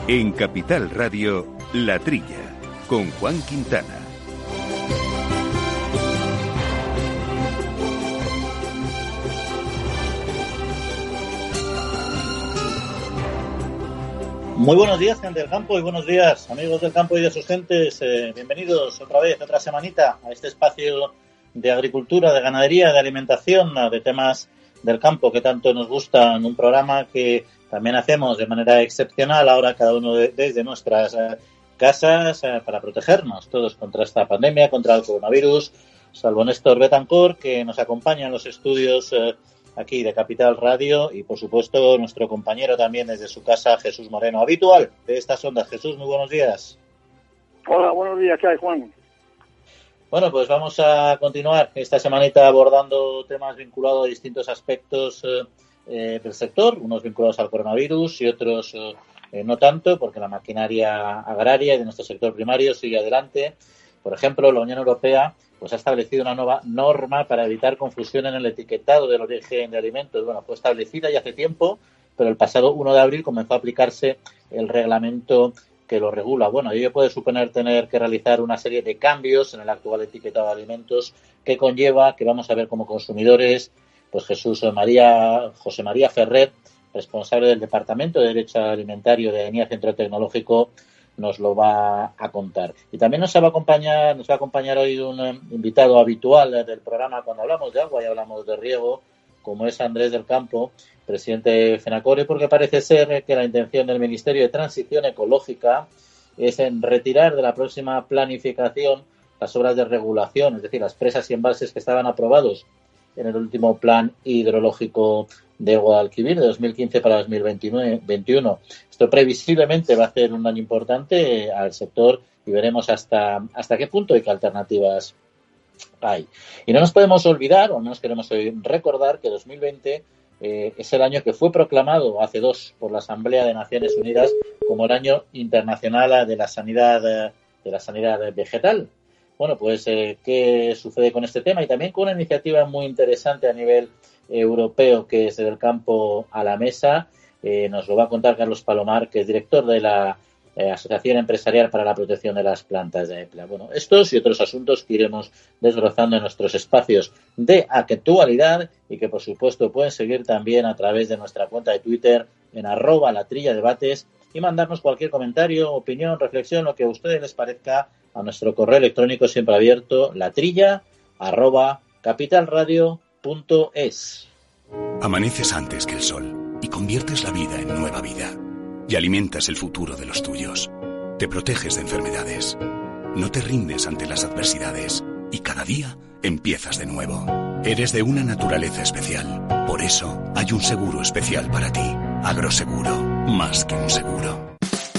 En Capital Radio, La Trilla, con Juan Quintana. Muy buenos días, gente del campo, y buenos días, amigos del campo y de sus gentes. Bienvenidos otra vez, otra semanita, a este espacio de agricultura, de ganadería, de alimentación, de temas del campo que tanto nos gustan. Un programa que también hacemos de manera excepcional ahora cada uno desde nuestras casas para protegernos todos contra esta pandemia, contra el coronavirus, salvo Néstor Betancor, que nos acompaña en los estudios aquí de Capital Radio, y por supuesto nuestro compañero también desde su casa, Jesús Moreno, habitual de estas ondas. Jesús, muy buenos días. Hola, buenos días, ¿qué hay, Juan? Bueno, pues vamos a continuar esta semanita abordando temas vinculados a distintos aspectos del sector, unos vinculados al coronavirus y otros no tanto, porque la maquinaria agraria y de nuestro sector primario sigue adelante. Por ejemplo, la Unión Europea pues ha establecido una nueva norma para evitar confusión en el etiquetado del origen de alimentos. Bueno, fue establecida ya hace tiempo, pero el pasado 1 de abril comenzó a aplicarse el reglamento que lo regula. Bueno, ello puede suponer tener que realizar una serie de cambios en el actual etiquetado de alimentos que conlleva que vamos a ver como consumidores. Pues José María Ferrer, responsable del Departamento de Derecho Alimentario de ENIA Centro Tecnológico, nos lo va a contar. Y también nos va a acompañar hoy un invitado habitual del programa cuando hablamos de agua y hablamos de riego, como es Andrés del Campo, presidente de FENACORE, porque parece ser que la intención del Ministerio de Transición Ecológica es en retirar de la próxima planificación las obras de regulación, es decir, las presas y embalses que estaban aprobados en el último plan hidrológico de Guadalquivir de 2015 para 2021. Esto previsiblemente va a ser un año importante al sector y veremos hasta qué punto y qué alternativas hay. Y no nos podemos olvidar, o no nos queremos recordar, que 2020 es el año que fue proclamado hace 2 por la Asamblea de Naciones Unidas como el año internacional de la sanidad vegetal. Bueno, pues ¿qué sucede con este tema? Y también con una iniciativa muy interesante a nivel europeo que es del campo a la mesa. Nos lo va a contar Carlos Palomar, que es director de la Asociación Empresarial para la Protección de las Plantas de EPLA. Bueno, estos y otros asuntos que iremos desbrozando en nuestros espacios de actualidad y que por supuesto pueden seguir también a través de nuestra cuenta de Twitter en @latrilladebates y mandarnos cualquier comentario, opinión, reflexión, lo que a ustedes les parezca, a nuestro correo electrónico siempre abierto, latrilla@capitalradio.es. Amaneces antes que el sol y conviertes la vida en nueva vida. Y alimentas el futuro de los tuyos. Te proteges de enfermedades. No te rindes ante las adversidades. Y cada día empiezas de nuevo. Eres de una naturaleza especial. Por eso hay un seguro especial para ti. Agroseguro. Más que un seguro.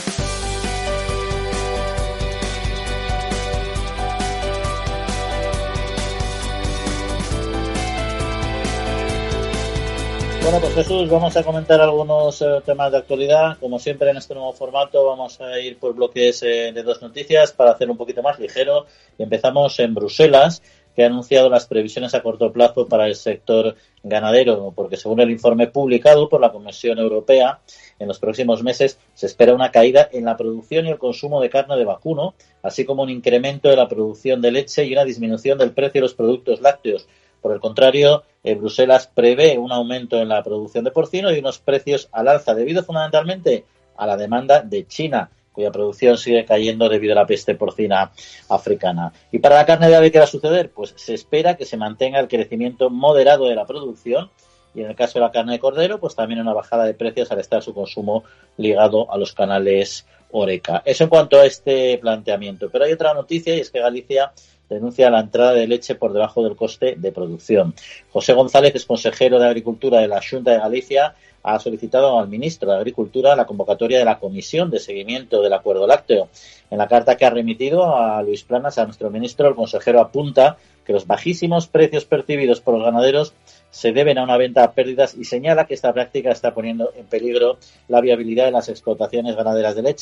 Bueno, pues Jesús, vamos a comentar algunos temas de actualidad. Como siempre en este nuevo formato vamos a ir por bloques de 2 noticias para hacer un poquito más ligero. Y empezamos en Bruselas, que ha anunciado las previsiones a corto plazo para el sector ganadero, porque según el informe publicado por la Comisión Europea, en los próximos meses se espera una caída en la producción y el consumo de carne de vacuno, así como un incremento de la producción de leche y una disminución del precio de los productos lácteos. Por el contrario, Bruselas prevé un aumento en la producción de porcino y unos precios al alza, debido fundamentalmente a la demanda de China, cuya producción sigue cayendo debido a la peste porcina africana. Y para la carne de ave, ¿qué va a suceder? Pues se espera que se mantenga el crecimiento moderado de la producción y en el caso de la carne de cordero, pues también una bajada de precios al estar su consumo ligado a los canales Horeca. Eso en cuanto a este planteamiento. Pero hay otra noticia y es que Galicia denuncia la entrada de leche por debajo del coste de producción. José González, es consejero de Agricultura de la Xunta de Galicia, ha solicitado al ministro de Agricultura la convocatoria de la Comisión de Seguimiento del Acuerdo Lácteo. En la carta que ha remitido a Luis Planas, a nuestro ministro, el consejero apunta que los bajísimos precios percibidos por los ganaderos se deben a una venta a pérdidas y señala que esta práctica está poniendo en peligro la viabilidad de las explotaciones ganaderas de leche.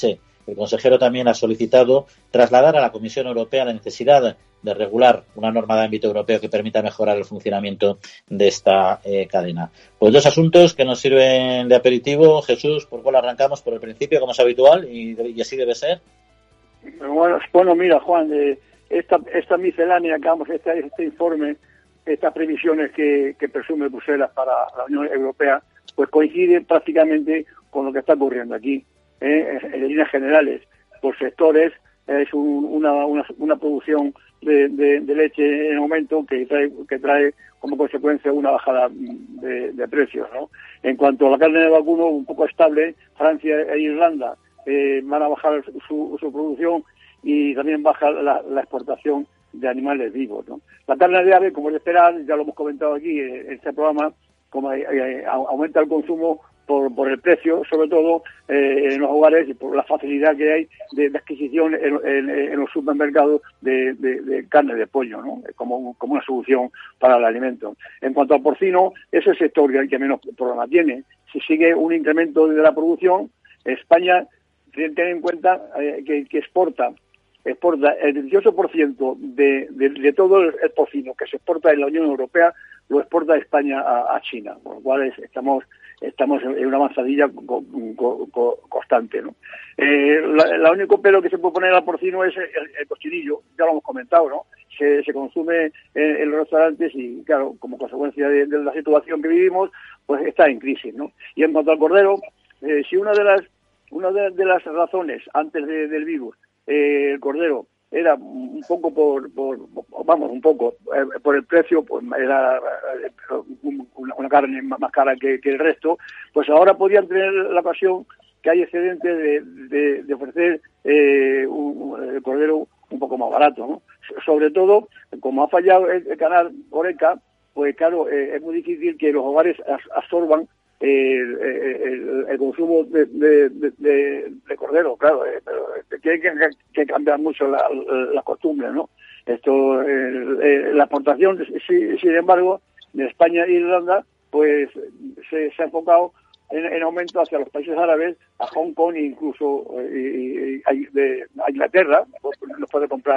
el consejero también ha solicitado trasladar a la Comisión Europea la necesidad de regular una norma de ámbito europeo que permita mejorar el funcionamiento de esta cadena. Pues dos asuntos que nos sirven de aperitivo. Jesús, ¿por cuál arrancamos? Por el principio, como es habitual, y así debe ser. Bueno, mira, Juan, esta miscelánea que vamos, este informe, estas previsiones que presume Bruselas para la Unión Europea, pues coinciden prácticamente con lo que está ocurriendo aquí. En líneas generales, por sectores, es una producción de leche en aumento que trae como consecuencia una bajada de precios, ¿no? En cuanto a la carne de vacuno, un poco estable, Francia e Irlanda van a bajar su producción y también baja la exportación de animales vivos, ¿no? La carne de ave, como es de esperar, ya lo hemos comentado aquí en este programa, como aumenta el consumo por el precio, sobre todo en los hogares, y por la facilidad que hay de adquisición en los supermercados de carne de pollo, ¿no? Como una solución para el alimento. En cuanto al porcino, es el sector que menos problema tiene. Si sigue un incremento de la producción, España tiene en cuenta que exporta el 18% de todo el porcino que se exporta en la Unión Europea, lo exporta España a China, por lo cual estamos en una avanzadilla constante, ¿no? La único pelo que se puede poner al porcino es el cochinillo, ya lo hemos comentado, ¿no? Se consume en los restaurantes y, claro, como consecuencia de la situación que vivimos, pues está en crisis, ¿no? Y en cuanto al cordero, si una de las razones antes del virus, el cordero era un poco por el precio, pues era una carne más cara que el resto, pues ahora podían tener la ocasión que hay excedente de ofrecer el cordero un poco más barato, ¿no? Sobre todo, como ha fallado el canal Horeca, pues claro, es muy difícil que los hogares absorban el consumo de cordero, claro, pero tiene que cambiar mucho la costumbre, ¿no? La exportación, sin embargo, de España e Irlanda, pues se ha enfocado en aumento hacia los países árabes, a Hong Kong e incluso a Inglaterra, pues, nos puede comprar.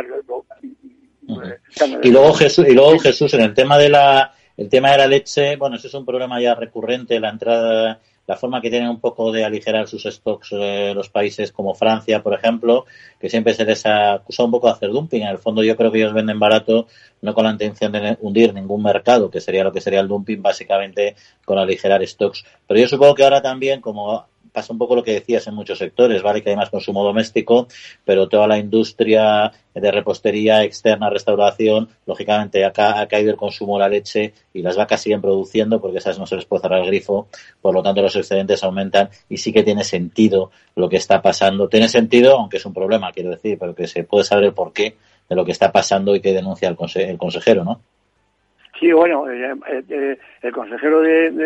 Y luego Jesús, en el tema de la leche, bueno, eso es un problema ya recurrente, la forma que tienen un poco de aligerar sus stocks los países como Francia, por ejemplo, que siempre se les acusa un poco de hacer dumping. En el fondo yo creo que ellos venden barato, no con la intención de hundir ningún mercado, que sería lo que sería el dumping, básicamente con aligerar stocks. Pero yo supongo que ahora también, como pasa un poco lo que decías en muchos sectores, ¿vale? Que hay más consumo doméstico, pero toda la industria de repostería externa, restauración, lógicamente ha caído el consumo de la leche y las vacas siguen produciendo porque esas no se les puede cerrar el grifo, por lo tanto los excedentes aumentan y sí que tiene sentido lo que está pasando. Tiene sentido, aunque es un problema, quiero decir, pero que se puede saber el porqué de lo que está pasando y que denuncia el consejero, ¿no? Sí, bueno, el consejero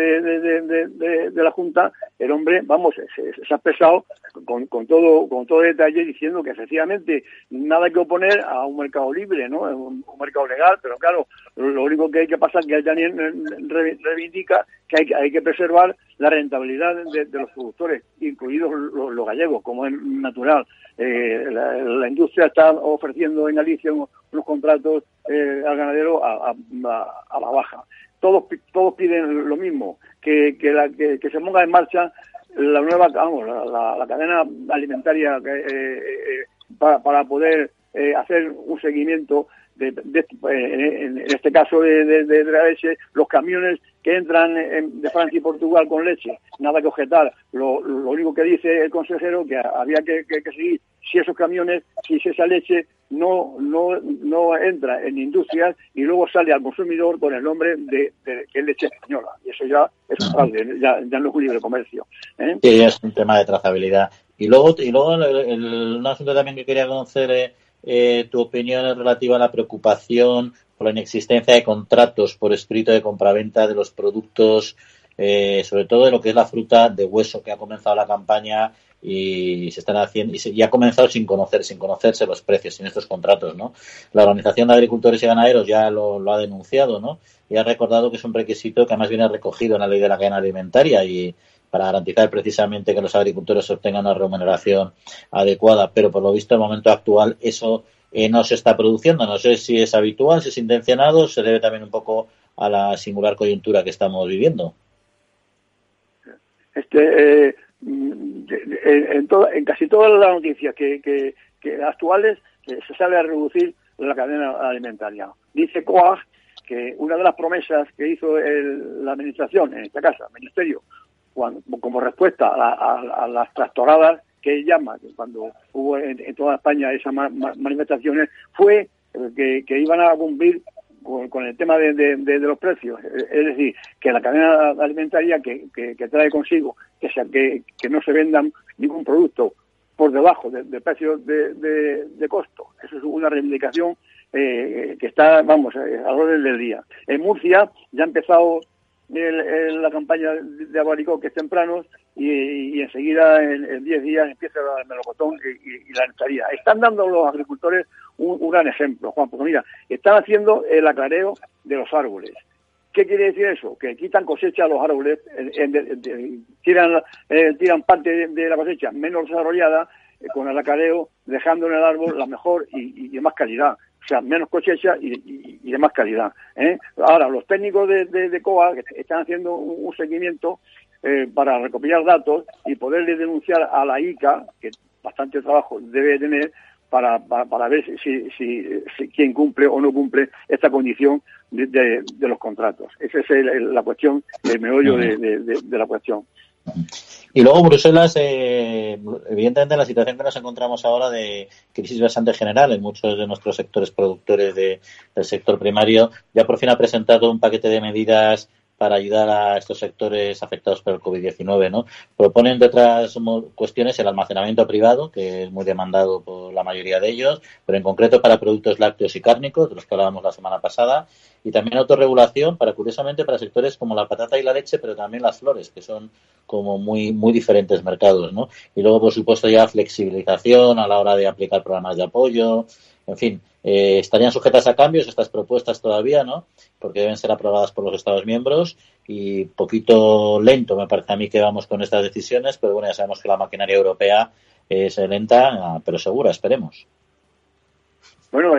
de la Junta, el hombre, vamos, se ha expresado con todo detalle diciendo que efectivamente nada hay que oponer a un mercado libre, ¿no? Un mercado legal, pero claro, lo único que hay que pasar, que él también reivindica que hay que preservar la rentabilidad de los productores, incluidos los gallegos, como es natural. La industria está ofreciendo en Galicia unos contratos al ganadero a la baja. Todos piden lo mismo, que se ponga en marcha la nueva, la cadena alimentaria para poder hacer un seguimiento en este caso de la leche, los camiones que entran de Francia y Portugal con leche, nada que objetar. Lo único que dice el consejero que había que seguir, si esos camiones, si esa leche no entra en industrias y luego sale al consumidor con el nombre de que es leche española, y eso ya es un fraude, ya no es un libre comercio, ¿eh? Sí, es un tema de trazabilidad. Y luego un asunto también que quería conocer tu opinión es relativa a la preocupación por la inexistencia de contratos por escrito de compraventa de los productos, sobre todo de lo que es la fruta de hueso, que ha comenzado la campaña y se están haciendo y ha comenzado sin conocerse los precios, sin estos contratos, ¿no? La Organización de Agricultores y Ganaderos ya lo ha denunciado, ¿no? Y ha recordado que es un requisito que además viene recogido en la Ley de la Cadena Alimentaria y para garantizar precisamente que los agricultores obtengan una remuneración adecuada, pero por lo visto en el momento actual eso no se está produciendo. No sé si es habitual, si es intencionado, se debe también un poco a la singular coyuntura que estamos viviendo. En casi todas las noticias que actuales se sale a reducir la cadena alimentaria. Dice COAG que una de las promesas que hizo la administración, en esta casa, el ministerio, como respuesta a las tractoradas que llama, cuando hubo en toda España esas manifestaciones, fue que iban a cumplir con el tema de los precios. Es decir, que la cadena alimentaria que trae consigo que no se vendan ningún producto por debajo del precio de costo. Eso es una reivindicación que está, al orden del día. En Murcia ya ha empezado la campaña de abaricoques tempranos y enseguida, en 10 días, empieza el melocotón y la nectaría. Están dando los agricultores un gran ejemplo, Juan, porque mira, están haciendo el aclareo de los árboles. ¿Qué quiere decir eso? Que quitan cosecha a los árboles, tiran parte de la cosecha menos desarrollada con el aclareo, dejando en el árbol la mejor y de más calidad. O sea, menos cosecha y de más calidad. Ahora, los técnicos de COA están haciendo un seguimiento para recopilar datos y poderle denunciar a la ICA, que bastante trabajo debe tener, para ver si quién cumple o no cumple esta condición de los contratos. Esa es la cuestión, el meollo de la cuestión. Y luego Bruselas, evidentemente la situación que nos encontramos ahora de crisis bastante general en muchos de nuestros sectores productores del sector primario, ya por fin ha presentado un paquete de medidas para ayudar a estos sectores afectados por el COVID-19, ¿no? Proponen, de otras cuestiones, el almacenamiento privado, que es muy demandado por la mayoría de ellos, pero en concreto para productos lácteos y cárnicos, de los que hablábamos la semana pasada, y también autorregulación curiosamente, para sectores como la patata y la leche, pero también las flores, que son como muy, muy diferentes mercados, ¿no? Y luego, por supuesto, ya flexibilización a la hora de aplicar programas de apoyo. En fin, estarían sujetas a cambios estas propuestas todavía, ¿no? Porque deben ser aprobadas por los Estados miembros y poquito lento me parece a mí que vamos con estas decisiones, pero bueno, ya sabemos que la maquinaria europea es lenta, pero segura, esperemos. Bueno,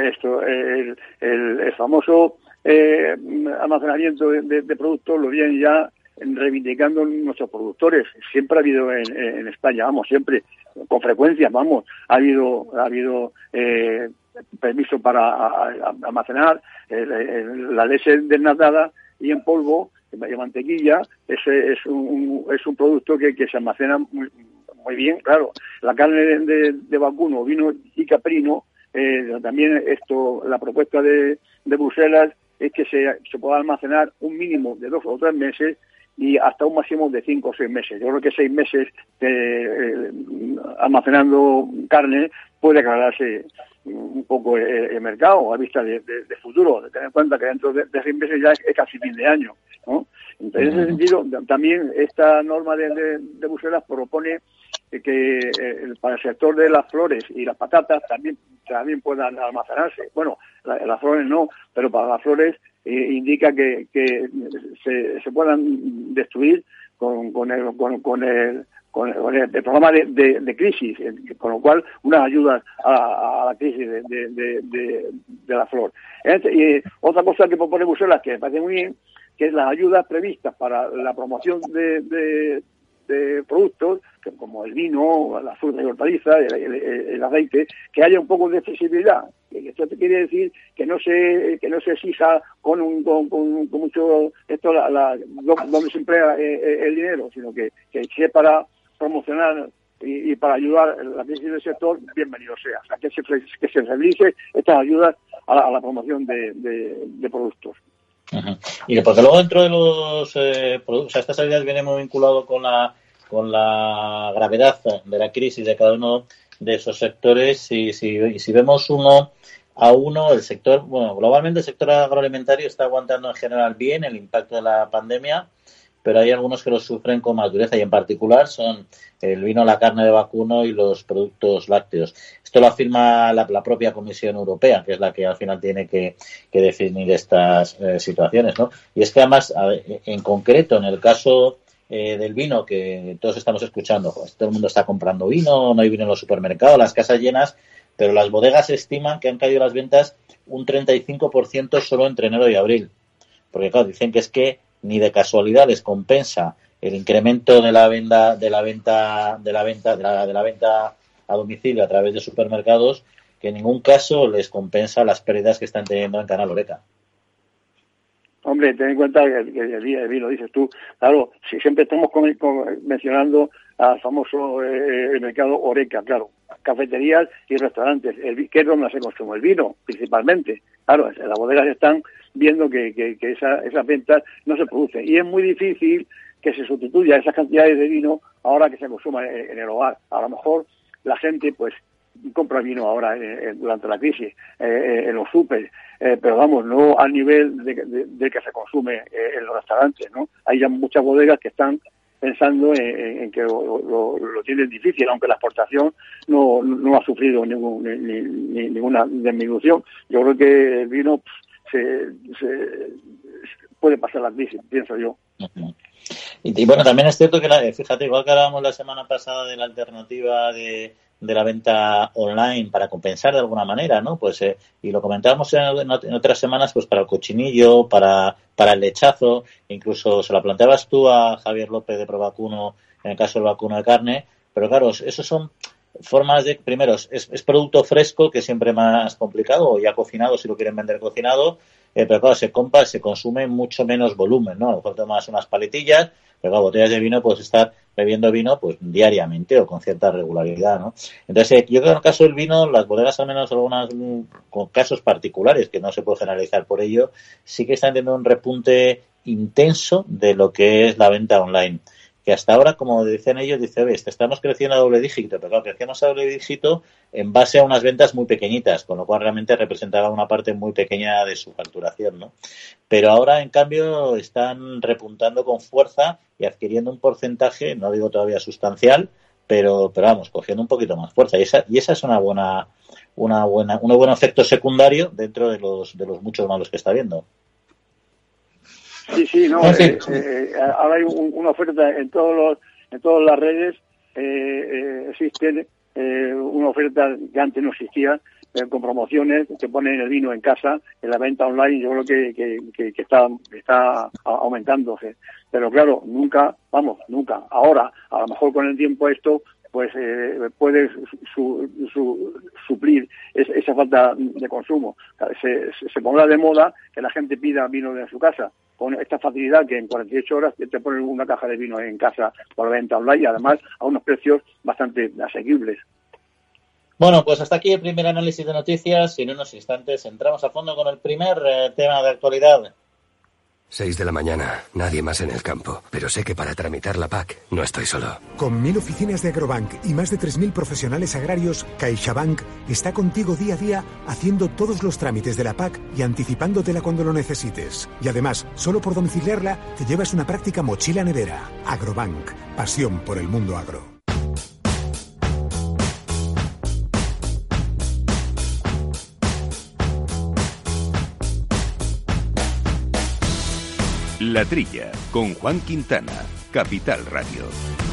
el famoso almacenamiento de productos lo vienen ya reivindicando nuestros productores. Siempre ha habido en España, siempre, con frecuencia, ha habido permiso para almacenar la leche desnatada y en polvo, en mantequilla. Ese es un producto que se almacena muy bien, claro. La carne de vacuno, ovino y caprino, también la propuesta de Bruselas es que se pueda almacenar un mínimo de 2 o 3 meses y hasta un máximo de 5 o 6 meses. Yo creo que 6 meses almacenando carne puede aclararse un poco el mercado a vista de futuro, de tener en cuenta que dentro de 6 meses ya es casi fin de año, ¿no? En ese sentido, también esta norma de Bruselas propone que para el sector de las flores y las patatas también puedan almacenarse. Bueno, las flores no, pero para las flores indica que se puedan destruir con el programa de crisis, con lo cual unas ayudas a la crisis de la flor. Y otra cosa que propone Bruselas, que me parece muy bien, que es las ayudas previstas para la promoción de productos, como el vino, la fruta y hortaliza, el aceite, que haya un poco de flexibilidad. Esto quiere decir que no se exija con mucho donde se emplea el dinero, sino que sea para promocionar y para ayudar la crisis del sector, bienvenido sea. O sea, que se realice estas ayudas a la promoción de productos. Uh-huh. Y porque luego dentro de los productos, estas ayudas vienen muy vinculado con la gravedad de la crisis de cada uno de esos sectores y si vemos uno a uno, el sector, globalmente el sector agroalimentario está aguantando en general bien el impacto de la pandemia, pero hay algunos que lo sufren con más dureza y en particular son el vino, la carne de vacuno y los productos lácteos. Esto lo afirma la propia Comisión Europea, que es la que al final tiene que definir estas situaciones, ¿no? Y es que además, en concreto, en el caso del vino que todos estamos escuchando. Pues todo el mundo está comprando vino, no hay vino en los supermercados, las casas llenas, pero las bodegas estiman que han caído las ventas un 35% solo entre enero y abril. Porque claro, dicen que es que ni de casualidad les compensa el incremento de la venta a domicilio a través de supermercados, que en ningún caso les compensa las pérdidas que están teniendo en Canal Horeca. Hombre, ten en cuenta que el vino, dices tú, claro, si siempre estamos mencionando al famoso el mercado Horeca, claro, cafeterías y restaurantes, ¿qué es donde se consume? El vino, principalmente. Claro, las bodegas están viendo que esas ventas no se producen, y es muy difícil que se sustituya esas cantidades de vino ahora que se consuma en el hogar. A lo mejor la gente, pues, compra vino ahora durante la crisis en los súper, pero vamos, no al nivel de que se consume en los restaurantes, ¿no? Hay ya muchas bodegas que están pensando en que lo tienen difícil, aunque la exportación no ha sufrido ninguna disminución. Yo creo que el vino se puede pasar la crisis, pienso yo. Uh-huh. Y bueno, también es cierto que, fíjate, igual que hablábamos la semana pasada de la alternativa de la venta online para compensar de alguna manera, ¿no? Pues y lo comentábamos en otras semanas, pues para el cochinillo, para el lechazo, incluso se la planteabas tú a Javier López de Provacuno en el caso del vacuno de carne, pero claro, esos son formas de, primero, es producto fresco, que es siempre más complicado, o ya cocinado si lo quieren vender cocinado, pero claro, se consume mucho menos volumen, ¿no? A lo mejor tomas unas paletillas, pero claro, botellas de vino puedes estar bebiendo vino pues diariamente o con cierta regularidad, ¿no? Entonces, yo creo que en el caso del vino, las bodegas, al menos algunas con casos particulares, que no se puede generalizar por ello, sí que están teniendo un repunte intenso de lo que es la venta online. Que hasta ahora, como dicen ellos, estamos creciendo a doble dígito, pero claro, crecemos a doble dígito en base a unas ventas muy pequeñitas, con lo cual realmente representaba una parte muy pequeña de su facturación, ¿no? Pero ahora, en cambio, están repuntando con fuerza y adquiriendo un porcentaje, no digo todavía sustancial, pero vamos, cogiendo un poquito más fuerza. Y esa es un buen efecto secundario dentro de los muchos malos que está habiendo. Sí, no, ahora hay una oferta en todas las redes, existen una oferta que antes no existía, con promociones que ponen el vino en casa, en la venta online. Yo creo que está aumentándose, pero claro, nunca, ahora, a lo mejor con el tiempo esto pues puede suplir esa falta de consumo. Se pondrá de moda que la gente pida vino en su casa, con esta facilidad que en 48 horas te ponen una caja de vino en casa por venta online, y además a unos precios bastante asequibles. Bueno, pues hasta aquí el primer análisis de noticias, y en unos instantes entramos a fondo con el primer tema de actualidad. 6 de la mañana, nadie más en el campo, pero sé que para tramitar la PAC no estoy solo. Con 1.000 oficinas de Agrobank y más de 3.000 profesionales agrarios, CaixaBank está contigo día a día haciendo todos los trámites de la PAC y anticipándotela cuando lo necesites. Y además, solo por domiciliarla, te llevas una práctica mochila nevera. Agrobank, pasión por el mundo agro. La Trilla, con Juan Quintana, Capital Radio.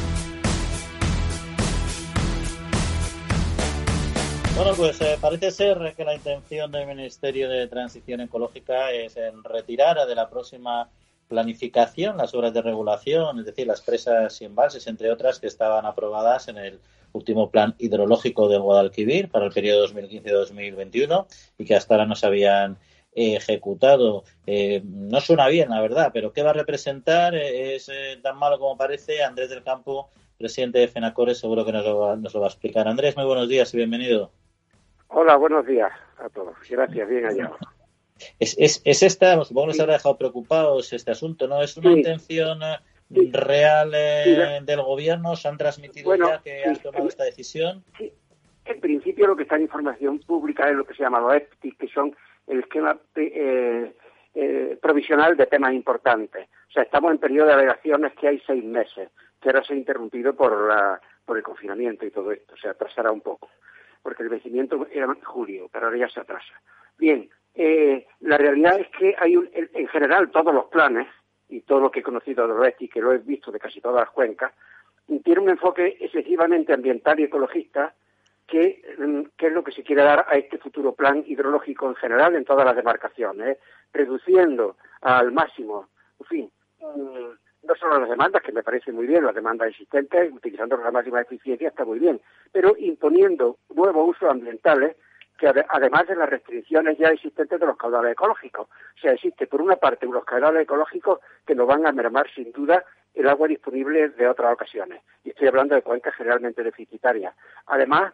Bueno, pues parece ser que la intención del Ministerio de Transición Ecológica es en retirar de la próxima planificación las obras de regulación, es decir, las presas y embalses, entre otras, que estaban aprobadas en el último plan hidrológico del Guadalquivir para el periodo 2015-2021 y que hasta ahora no se habían ejecutado. No suena bien, la verdad, pero ¿qué va a representar? ¿Es tan malo como parece? Andrés del Campo, presidente de FENACORE, seguro que nos lo va a explicar. Andrés, muy buenos días y bienvenido. Hola, buenos días a todos. Gracias, bien hallado. Es esta, supongo que les habrá dejado preocupados este asunto, ¿no? ¿Es una intención real del gobierno? ¿Se han transmitido ya que han tomado esta decisión? Sí. En principio lo que está en información pública es lo que se llama los EPTI, que son el esquema provisional de temas importantes. O sea, estamos en periodo de alegaciones que hay 6 meses, que ahora se ha interrumpido por el confinamiento y todo esto. Se atrasará un poco, porque el vencimiento era en julio, pero ahora ya se atrasa. Bien, la realidad es que hay en general todos los planes, y todo lo que he conocido del oeste y que lo he visto de casi todas las cuencas, tiene un enfoque excesivamente ambiental y ecologista, que es lo que se quiere dar a este futuro plan hidrológico en general en todas las demarcaciones, reduciendo al máximo, en fin, no solo las demandas, que me parece muy bien, las demandas existentes, utilizando la máxima eficiencia está muy bien, pero imponiendo nuevos usos ambientales, que además de las restricciones ya existentes de los caudales ecológicos. O sea, existe por una parte unos caudales ecológicos que nos van a mermar sin duda el agua disponible de otras ocasiones. Y estoy hablando de cuencas generalmente deficitarias. Además,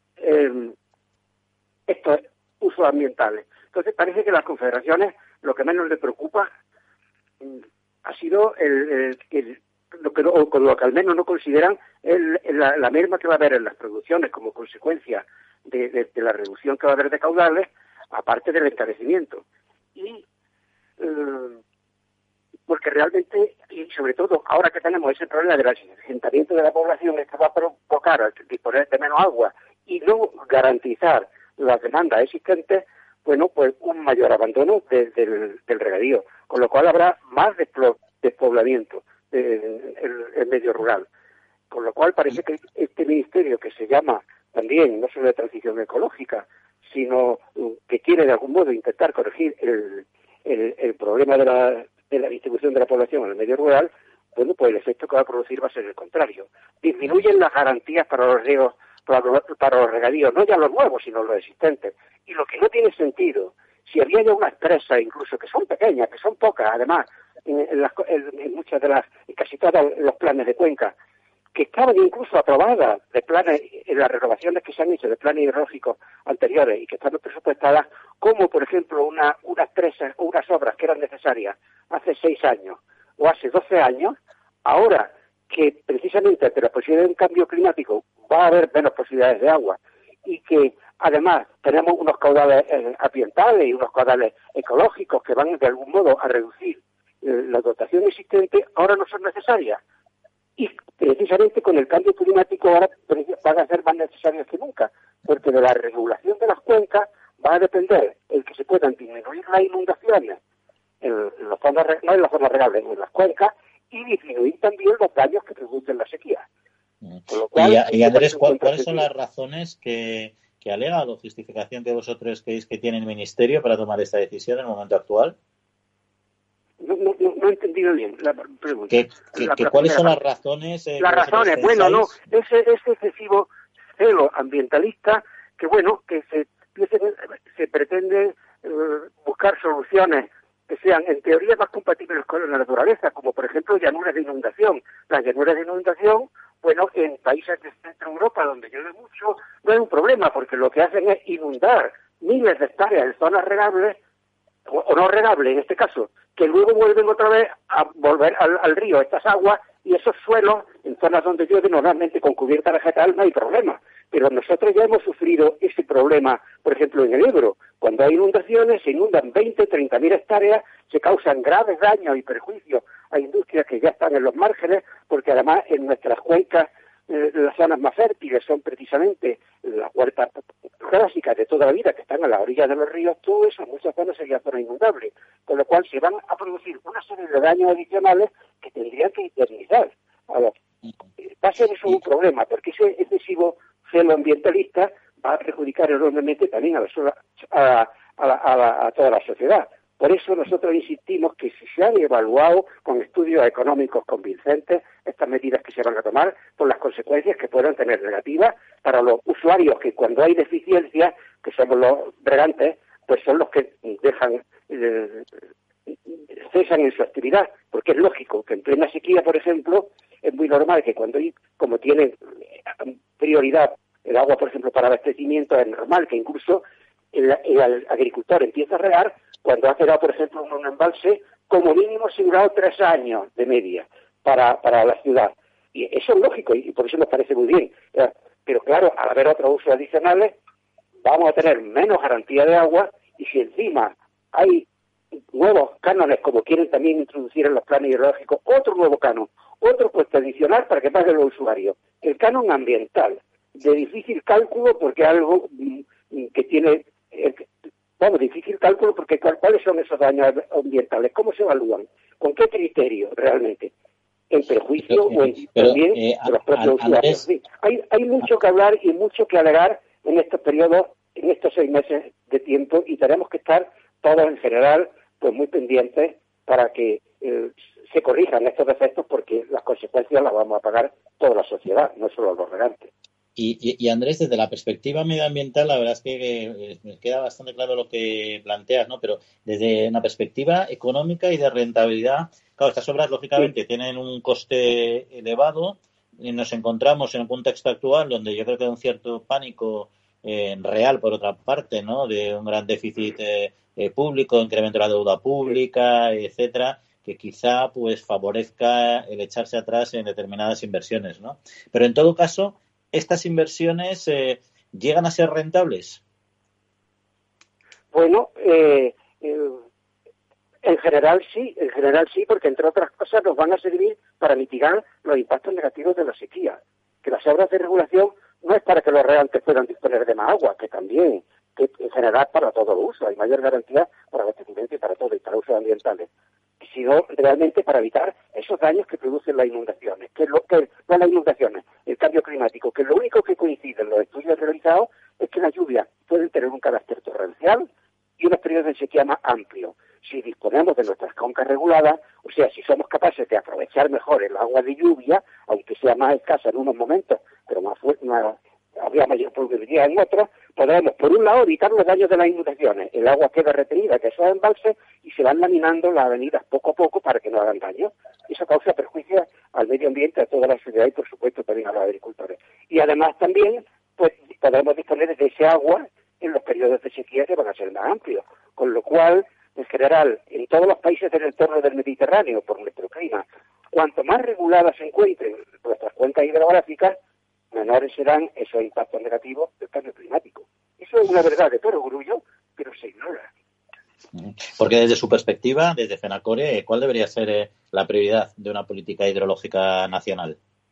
estos usos ambientales. Entonces parece que a las confederaciones lo que menos les preocupa ha sido lo que al menos no consideran la merma que va a haber en las producciones como consecuencia de la reducción que va a haber de caudales, aparte del encarecimiento. Y porque realmente, y sobre todo ahora que tenemos ese problema del asentamiento de la población, que va a provocar disponer de menos agua y no garantizar las demandas existentes, bueno, pues un mayor abandono del regadío, con lo cual habrá más despoblamiento en medio rural. Con lo cual parece que este ministerio, que se llama también no solo de transición ecológica, sino que quiere de algún modo intentar corregir el problema de la distribución de la población en el medio rural, bueno, pues el efecto que va a producir va a ser el contrario. Disminuyen las garantías para los riegos, para los regadíos, no ya los nuevos, sino los existentes. Y lo que no tiene sentido, si había ya unas presas incluso que son pequeñas, que son pocas, además, en muchas de en casi todos los planes de cuenca, que estaban incluso aprobadas de planes, en las renovaciones que se han hecho de planes hidrológicos anteriores y que están presupuestadas, como por ejemplo unas presas o unas obras que eran necesarias hace 6 años o hace 12 años, ahora que precisamente ante la posibilidad de un cambio climático va a haber menos posibilidades de agua y que además tenemos unos caudales ambientales y unos caudales ecológicos que van de algún modo a reducir la dotación existente, ahora no son necesarias. Y precisamente con el cambio climático ahora van a ser más necesarios que nunca, porque de la regulación de las cuencas va a depender el que se puedan disminuir las inundaciones en las zonas regables, en las cuencas, y disminuir también los daños que producen la sequía. Con lo cual, y Andrés, ¿cuáles son las razones que alega o justificación que vosotros creéis que tiene el Ministerio para tomar esta decisión en el momento actual? No he entendido bien la pregunta. ¿Cuáles son las razones? Las razones, bueno, no, ese excesivo celo ambientalista que, bueno, que se pretende buscar soluciones que sean en teoría más compatibles con la naturaleza, como por ejemplo llanuras de inundación. Las llanuras de inundación, bueno, en países de Centro Europa donde llueve mucho, no hay un problema, porque lo que hacen es inundar miles de hectáreas en zonas regables, o no regables en este caso, que luego vuelven otra vez a volver al río estas aguas, y esos suelos, en zonas donde llueve normalmente con cubierta vegetal, no hay problema. Pero nosotros ya hemos sufrido ese problema, por ejemplo, en el Ebro. Cuando hay inundaciones, se inundan 20, 30.000 hectáreas, se causan graves daños y perjuicios a industrias que ya están en los márgenes, porque además en nuestras cuencas las zonas más fértiles son precisamente las huertas clásicas de toda la vida que están a las orillas de los ríos, todo eso en muchas zonas sería zona inundable, con lo cual se van a producir una serie de daños adicionales que tendrían que indemnizar. Va a ser eso un problema, porque ese excesivo celo ambientalista va a perjudicar enormemente también a toda la sociedad. Por eso nosotros insistimos que si se han evaluado con estudios económicos convincentes estas medidas que se van a tomar por las consecuencias que puedan tener negativas para los usuarios, que cuando hay deficiencias, que somos los regantes, pues son los que cesan en su actividad, porque es lógico que en plena sequía, por ejemplo, es muy normal que como tienen prioridad el agua, por ejemplo, para abastecimiento, es normal que incluso el agricultor empiece a regar cuando ha quedado, por ejemplo, un embalse, como mínimo se ha durado 3 años de media para la ciudad. Y eso es lógico y por eso nos parece muy bien. Pero claro, al haber otros usos adicionales, vamos a tener menos garantía de agua, y si encima hay nuevos cánones, como quieren también introducir en los planes hidrológicos, otro nuevo canon, otro puesto adicional para que paguen los usuarios. El canon ambiental, de difícil cálculo porque es algo que tiene difícil cálculo, porque ¿cuáles son esos daños ambientales? ¿Cómo se evalúan? ¿Con qué criterio realmente? ¿En perjuicio o también de los propios usuarios? Sí, hay mucho que hablar y mucho que alegar en estos periodos, en estos 6 meses de tiempo, y tenemos que estar todos en general pues muy pendientes para que se corrijan estos defectos, porque las consecuencias las vamos a pagar toda la sociedad, no solo los regantes. Y Andrés, desde la perspectiva medioambiental, la verdad es que me queda bastante claro lo que planteas, ¿no? Pero desde una perspectiva económica y de rentabilidad, claro, estas obras lógicamente tienen un coste elevado y nos encontramos en un contexto actual donde yo creo que hay un cierto pánico real, por otra parte, ¿no? De un gran déficit público, incremento de la deuda pública, etcétera, que quizá pues favorezca el echarse atrás en determinadas inversiones, ¿no? Pero en todo caso, ¿estas inversiones llegan a ser rentables? Bueno, en general sí, porque entre otras cosas nos van a servir para mitigar los impactos negativos de la sequía. Que las obras de regulación no es para que los regantes puedan disponer de más agua, que también, que en general para todo el uso, hay mayor garantía para el abastecimiento y para todo, y para usos ambientales, sino realmente para evitar esos daños que producen las inundaciones, no las inundaciones, el cambio climático, que lo único que coincide en los estudios realizados es que las lluvias pueden tener un carácter torrencial y unos periodos de sequía más amplios. Si disponemos de nuestras cuencas reguladas, o sea, si somos capaces de aprovechar mejor el agua de lluvia, aunque sea más escasa en unos momentos, pero habría mayor probabilidad en otros, podremos, por un lado, evitar los daños de las inundaciones. El agua queda retenida, que esos embalses, y se van laminando las avenidas poco a poco para que no hagan daño. Eso causa perjuicios al medio ambiente, a toda la sociedad y, por supuesto, también a los agricultores. Y además también, pues, podremos disponer de ese agua en los periodos de sequía que van a ser más amplios. Con lo cual, en general, en todos los países del entorno del Mediterráneo, por nuestro clima, cuanto más reguladas se encuentren nuestras cuencas hidrográficas, menores serán esos impactos negativos del cambio climático. Eso es una verdad de todo orgullo, pero se ignora. Porque desde su perspectiva, desde FENACORE, ¿cuál debería ser la prioridad de una política hidrológica nacional?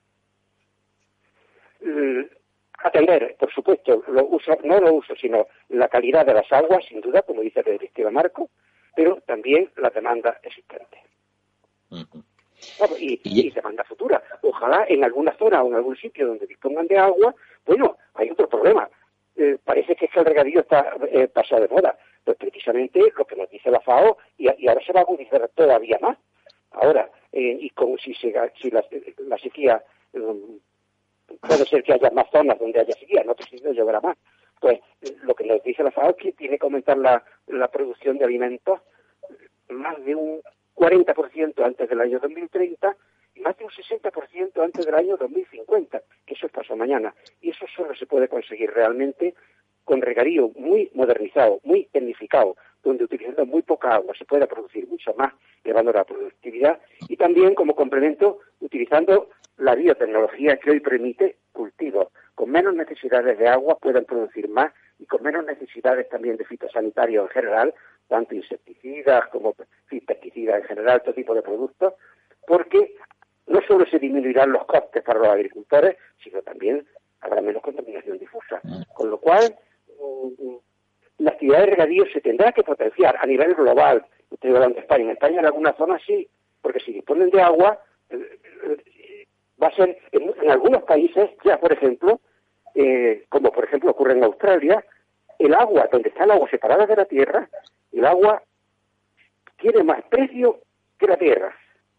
Atender, por supuesto, no lo uso, sino la calidad de las aguas, sin duda, como dice la directiva Marco, pero también la demanda existente. Uh-huh. Y demanda futura. Ojalá en alguna zona o en algún sitio donde dispongan de agua, bueno, hay otro problema. Parece que el regadío está pasado de moda. Pues precisamente lo que nos dice la FAO, y ahora se va a agudizar todavía más. Ahora, y como si la sequía, puede ser que haya más zonas donde haya sequía, en otros sitios llegará más. Pues lo que nos dice la FAO es que tiene que aumentar la producción de alimentos más de un 40% antes del año 2030 y más de un 60% antes del año 2050, que eso es pasado mañana. Y eso solo se puede conseguir realmente con regadío muy modernizado, muy tecnificado, donde utilizando muy poca agua se pueda producir mucho más, elevando la productividad, y también como complemento utilizando la biotecnología que hoy permite cultivos con menos necesidades de agua puedan producir más y con menos necesidades también de fitosanitarios en general, tanto insecticidas como pesticidas en general, todo tipo de productos, porque no solo se disminuirán los costes para los agricultores, sino también habrá menos contaminación difusa. Con lo cual, la actividad de regadío se tendrá que potenciar a nivel global. Estoy hablando de España. En España en algunas zonas sí, porque si disponen de agua, va a ser, en algunos países, ya por ejemplo, como por ejemplo ocurre en Australia, el agua, donde está el agua separada de la tierra, el agua tiene más precio que la tierra.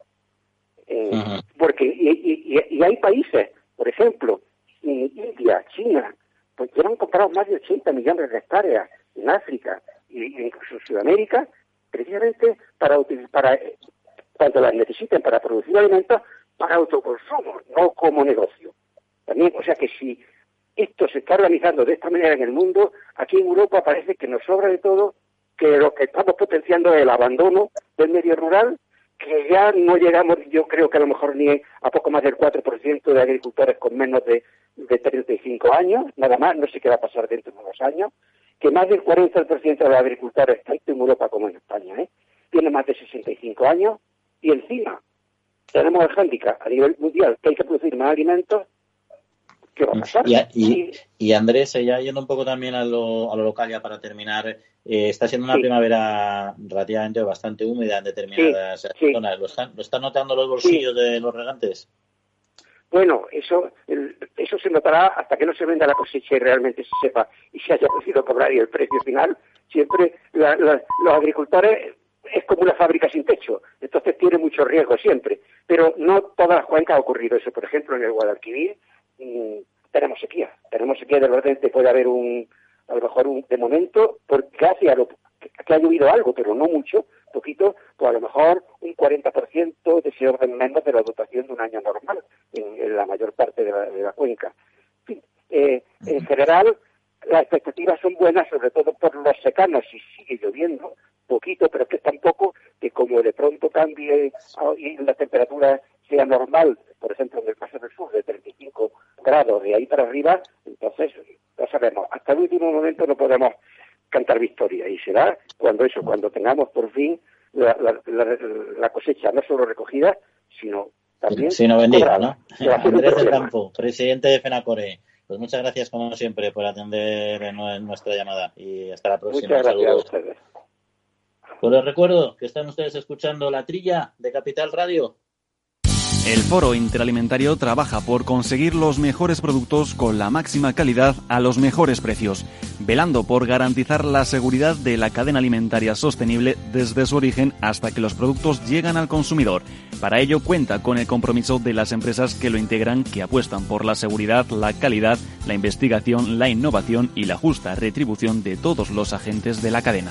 Porque y hay países, por ejemplo, India, China, pues ya han comprado más de 80 millones de hectáreas en África e incluso en Sudamérica, precisamente para cuando las necesiten para producir alimentos para autoconsumo, no como negocio. También, o sea que si esto se está organizando de esta manera en el mundo, aquí en Europa parece que nos sobra de todo, que lo que estamos potenciando es el abandono del medio rural, que ya no llegamos, yo creo que a lo mejor ni a poco más del 4% de agricultores con menos de 35 años, nada más, no sé qué va a pasar dentro de unos años, que más del 40% de los agricultores, tanto en Europa como en España, tienen más de 65 años, y encima tenemos el hándicap a nivel mundial que hay que producir más alimentos, ¿qué va a pasar? Y Andrés, ya yendo un poco también a lo local ya para terminar, está siendo una primavera relativamente bastante húmeda en determinadas zonas. ¿Lo están notando los bolsillos de los regantes? Bueno, eso se notará hasta que no se venda la cosecha y realmente se sepa y se haya podido cobrar y el precio final. Siempre los agricultores es como una fábrica sin techo, entonces tiene mucho riesgo siempre. Pero no todas las cuencas ha ocurrido eso. Por ejemplo, en el Guadalquivir tenemos sequía del orden de puede haber a lo mejor de momento, porque gracias a lo que ha llovido algo, pero no mucho, poquito, pues a lo mejor un 40% de ese orden menos de la dotación de un año normal en la mayor parte de la cuenca. En general, las expectativas son buenas, sobre todo por los secanos, y sigue lloviendo poquito, pero es que tampoco que como de pronto cambie y la temperatura sea normal, por ejemplo en el caso del sur de 35 grados de ahí para arriba, entonces no sabemos, hasta el último momento no podemos cantar victoria, y será cuando tengamos por fin la cosecha no solo recogida, sino también vendida, ¿no? Andrés del Campo, presidente de FENACORE, pues muchas gracias como siempre por atender nuestra llamada y hasta la próxima. Muchas gracias a ustedes. Pues les recuerdo que están ustedes escuchando La Trilla de Capital Radio. El Foro Interalimentario trabaja por conseguir los mejores productos con la máxima calidad a los mejores precios, velando por garantizar la seguridad de la cadena alimentaria sostenible desde su origen hasta que los productos llegan al consumidor. Para ello cuenta con el compromiso de las empresas que lo integran, que apuestan por la seguridad, la calidad, la investigación, la innovación y la justa retribución de todos los agentes de la cadena.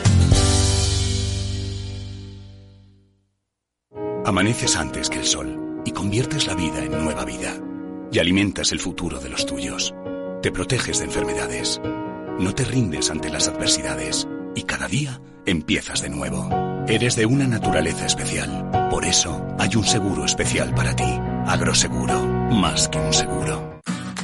Amaneces antes que el sol y conviertes la vida en nueva vida. Y alimentas el futuro de los tuyos. Te proteges de enfermedades. No te rindes ante las adversidades. Y cada día empiezas de nuevo. Eres de una naturaleza especial. Por eso hay un seguro especial para ti. Agroseguro. Más que un seguro.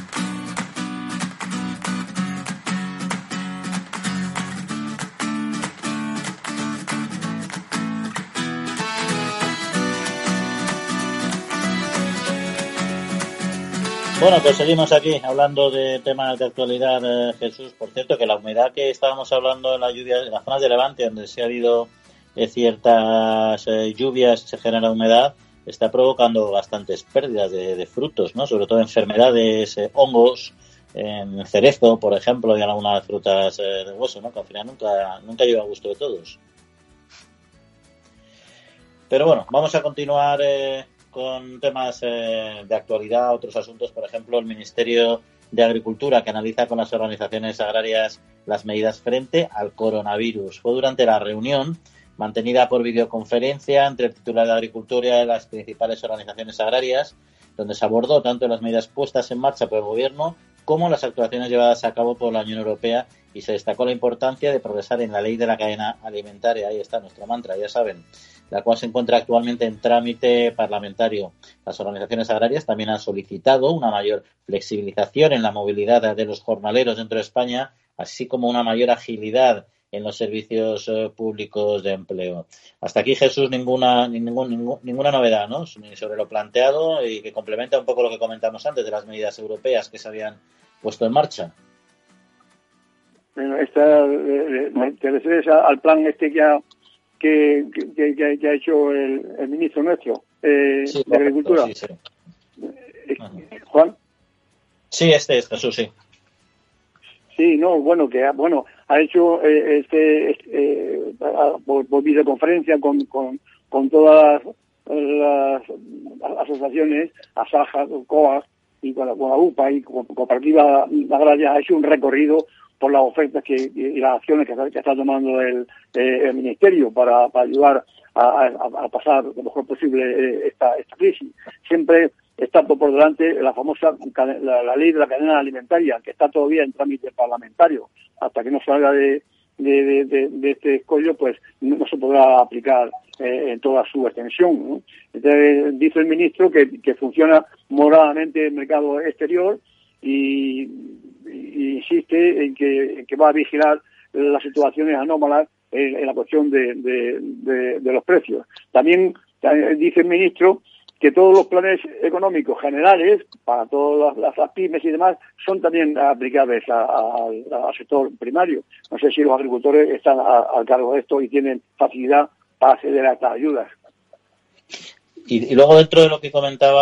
Bueno, pues seguimos aquí hablando de temas de actualidad, Jesús. Por cierto, que la humedad que estábamos hablando en la lluvia, en las zonas de Levante, donde se ha habido ciertas lluvias, se genera humedad, está provocando bastantes pérdidas de frutos, ¿no? Sobre todo enfermedades, hongos, en cerezo, por ejemplo, y en algunas frutas de hueso, ¿no? Que al final nunca lleva a gusto de todos. Pero bueno, vamos a continuar con temas de actualidad, otros asuntos. Por ejemplo, el Ministerio de Agricultura, que analiza con las organizaciones agrarias las medidas frente al coronavirus. Fue durante la reunión mantenida por videoconferencia entre el titular de Agricultura y las principales organizaciones agrarias, donde se abordó tanto las medidas puestas en marcha por el Gobierno como las actuaciones llevadas a cabo por la Unión Europea, y se destacó la importancia de progresar en la ley de la cadena alimentaria. Ahí está nuestro mantra, ya saben, la cual se encuentra actualmente en trámite parlamentario. Las organizaciones agrarias también han solicitado una mayor flexibilización en la movilidad de los jornaleros dentro de España, así como una mayor agilidad en los servicios públicos de empleo. Hasta aquí, Jesús, ninguna novedad, ¿no? Ni sobre lo planteado, y que complementa un poco lo que comentamos antes de las medidas europeas que se habían puesto en marcha. Bueno, te refieres al plan que ha hecho el ministro nuestro de Agricultura. Sí. Juan. Sí, Jesús, sí. Sí, no, bueno, ha hecho por videoconferencia con todas las asociaciones, ASAJA, COAG y con la UPA y Cooperativa Agraria, ha hecho un recorrido por las ofertas y las acciones que está tomando el Ministerio para ayudar a pasar lo mejor posible esta crisis. Siempre está por delante la famosa la ley de la cadena alimentaria, que está todavía en trámite parlamentario. Hasta que no salga de este escollo, pues no se podrá aplicar en toda su extensión, ¿no? Entonces, dice el ministro que funciona moderadamente el mercado exterior y insiste en que va a vigilar las situaciones anómalas en la cuestión de los precios. También dice el ministro que todos los planes económicos generales para todas las pymes y demás son también aplicables al sector primario. No sé si los agricultores están al cargo de esto y tienen facilidad para acceder a estas ayudas. Y luego, dentro de lo que se